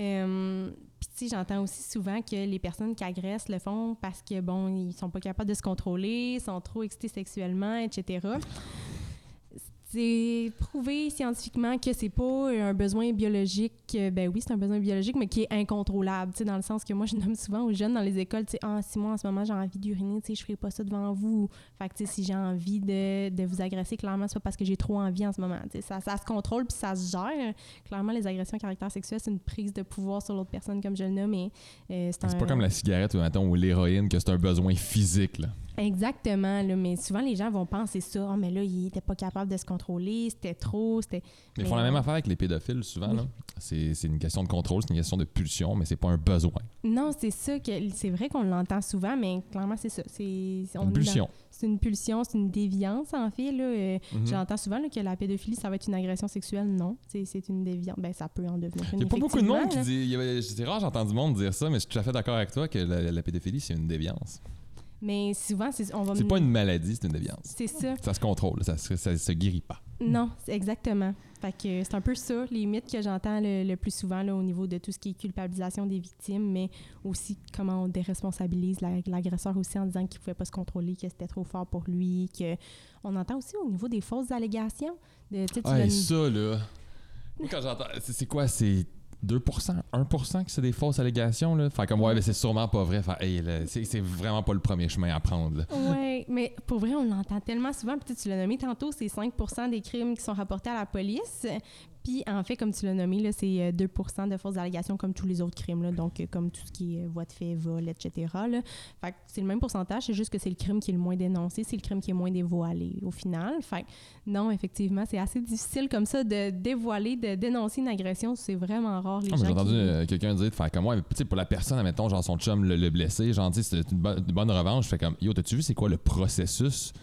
Puis tu sais, j'entends aussi souvent que les personnes qui agressent le font parce que, bon, ils sont pas capables de se contrôler, sont trop excités sexuellement, etc. C'est prouvé scientifiquement que c'est pas un besoin biologique, ben oui, c'est un besoin biologique, mais qui est incontrôlable, tu sais, dans le sens que moi, je nomme souvent aux jeunes dans les écoles, tu sais, « Ah, si moi, en ce moment, j'ai envie d'uriner, tu sais, je ferai pas ça devant vous. » Fait que, tu sais, si j'ai envie de vous agresser, clairement, c'est pas parce que j'ai trop envie en ce moment, tu sais, ça se contrôle puis ça se gère. Clairement, les agressions à caractère sexuel, c'est une prise de pouvoir sur l'autre personne, comme je le nomme, mais c'est pas comme la cigarette ou l'héroïne, que c'est un besoin physique, là. Exactement, là, mais souvent les gens vont penser ça. Oh, mais là, il était pas capable de se contrôler, c'était trop, c'était... Mais ils font la même affaire avec les pédophiles, souvent. Oui. Là. C'est une question de contrôle, c'est une question de pulsion, mais c'est pas un besoin. Non, c'est ça, c'est vrai qu'on l'entend souvent, mais clairement, c'est ça. C'est une pulsion. C'est une pulsion, c'est une déviance, en fait. Là. J'entends souvent là, que la pédophilie, ça va être une agression sexuelle. Non, c'est une déviance. Ben, ça peut en devenir une. Il n'y a pas beaucoup de monde qui dit... C'est rare, j'ai entendu du monde dire ça, mais je suis tout à fait d'accord avec toi que la pédophilie, c'est une déviance. Mais souvent, c'est pas une maladie, c'est une déviance. C'est ça. Ça se contrôle, ça se guérit pas. Non, exactement. Fait que c'est un peu ça, les mythes que j'entends le plus souvent là, au niveau de tout ce qui est culpabilisation des victimes, mais aussi comment on déresponsabilise l'agresseur aussi en disant qu'il ne pouvait pas se contrôler, que c'était trop fort pour lui, on entend aussi au niveau des fausses allégations. Ça, là... Moi, quand j'entends... C'est quoi? C'est 2%, 1% que c'est des fausses allégations, là. Fait comme, ouais, mais c'est sûrement pas vrai. Fait, hey, là, c'est vraiment pas le premier chemin à prendre, Oui, mais pour vrai, on l'entend tellement souvent. Peut-être tu l'as nommé tantôt, c'est 5% des crimes qui sont rapportés à la police. Puis, en fait, comme tu l'as nommé, là, c'est 2% de fausses allégations comme tous les autres crimes. Là, donc, comme tout ce qui est voie de fait, vol, etc. Là. Fait que c'est le même pourcentage, c'est juste que c'est le crime qui est le moins dénoncé, c'est le crime qui est moins dévoilé au final. Fait que non, effectivement, c'est assez difficile comme ça de dévoiler, de dénoncer une agression. C'est vraiment rare, les gens j'ai entendu quelqu'un dire de faire comme moi, tu sais, pour la personne, admettons, genre son chum le blessé, genre, tu sais, c'est une bonne revanche. Je fais comme, yo, t'as-tu vu c'est quoi le processus?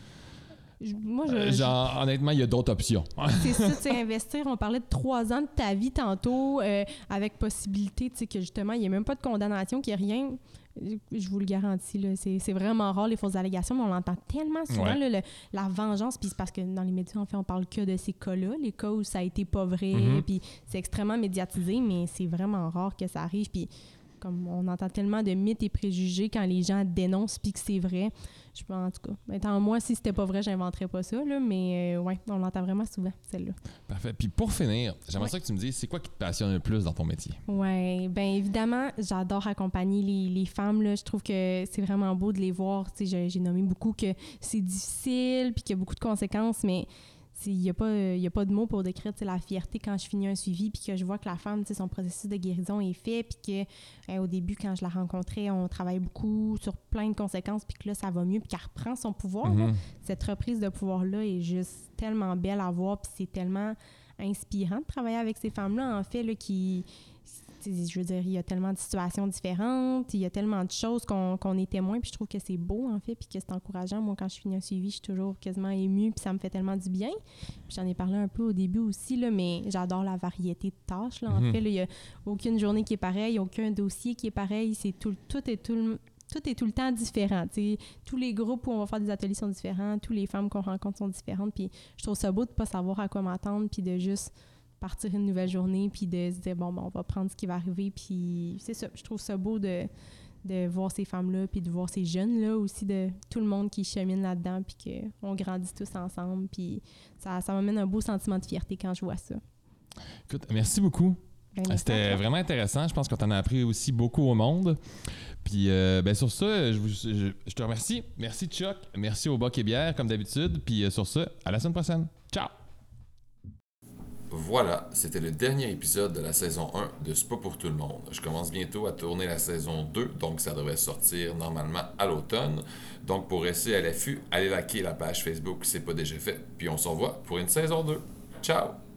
Honnêtement, il y a d'autres options. C'est ça, tu sais, investir. On parlait de 3 ans de ta vie tantôt, avec possibilité, tu sais, que justement, il n'y a même pas de condamnation, qu'il n'y a rien. Je vous le garantis, là, c'est vraiment rare, les fausses allégations, mais on l'entend tellement souvent, là, la vengeance, puis c'est parce que dans les médias, en fait, on parle que de ces cas-là, les cas où ça a été pas vrai, puis c'est extrêmement médiatisé, mais c'est vraiment rare que ça arrive, puis comme on entend tellement de mythes et préjugés quand les gens dénoncent puis que c'est vrai. Je pense, en tout cas, étant moi, si c'était pas vrai, j'inventerais pas ça, là, mais ouais, on l'entend vraiment souvent, celle-là. Parfait. Puis pour finir, j'aimerais ça que tu me dises, c'est quoi qui te passionne le plus dans ton métier? Oui, bien évidemment, j'adore accompagner les femmes, là. Je trouve que c'est vraiment beau de les voir. Tu sais, j'ai nommé beaucoup que c'est difficile puis qu'il y a beaucoup de conséquences, mais il n'y a pas de mots pour décrire la fierté quand je finis un suivi puis que je vois que la femme, son processus de guérison est fait puis qu'au début, quand je la rencontrais, on travaillait beaucoup sur plein de conséquences puis que là, ça va mieux puis qu'elle reprend son pouvoir. Là. Cette reprise de pouvoir-là est juste tellement belle à voir puis c'est tellement inspirant de travailler avec ces femmes-là, en fait, là, qui... Je veux dire, il y a tellement de situations différentes, il y a tellement de choses qu'on est témoin, puis je trouve que c'est beau, en fait, puis que c'est encourageant. Moi, quand je finis un suivi, je suis toujours quasiment émue, puis ça me fait tellement du bien. Puis j'en ai parlé un peu au début aussi, là, mais j'adore la variété de tâches, là, en fait. Là, il n'y a aucune journée qui est pareille, aucun dossier qui est pareil. Tout est tout le temps différent. T'sais. Tous les groupes où on va faire des ateliers sont différents, toutes les femmes qu'on rencontre sont différentes, puis je trouve ça beau de ne pas savoir à quoi m'attendre, puis de juste partir une nouvelle journée, puis de se dire, bon, on va prendre ce qui va arriver, puis c'est ça. Je trouve ça beau de voir ces femmes-là, puis de voir ces jeunes-là aussi, de tout le monde qui chemine là-dedans, puis qu'on grandit tous ensemble, puis ça m'amène un beau sentiment de fierté quand je vois ça. Écoute, merci beaucoup. C'était vraiment intéressant. Je pense qu'on t'en a appris aussi beaucoup au monde. Puis, sur ça, je te remercie. Merci, Chuck. Merci au Boc et Bière, comme d'habitude. Puis, sur ça, à la semaine prochaine. Ciao! Voilà, c'était le dernier épisode de la saison 1 de C'est pas pour tout le monde. Je commence bientôt à tourner la saison 2, donc ça devrait sortir normalement à l'automne. Donc pour rester à l'affût, allez liker la page Facebook si c'est pas déjà fait. Puis on se revoit pour une saison 2. Ciao!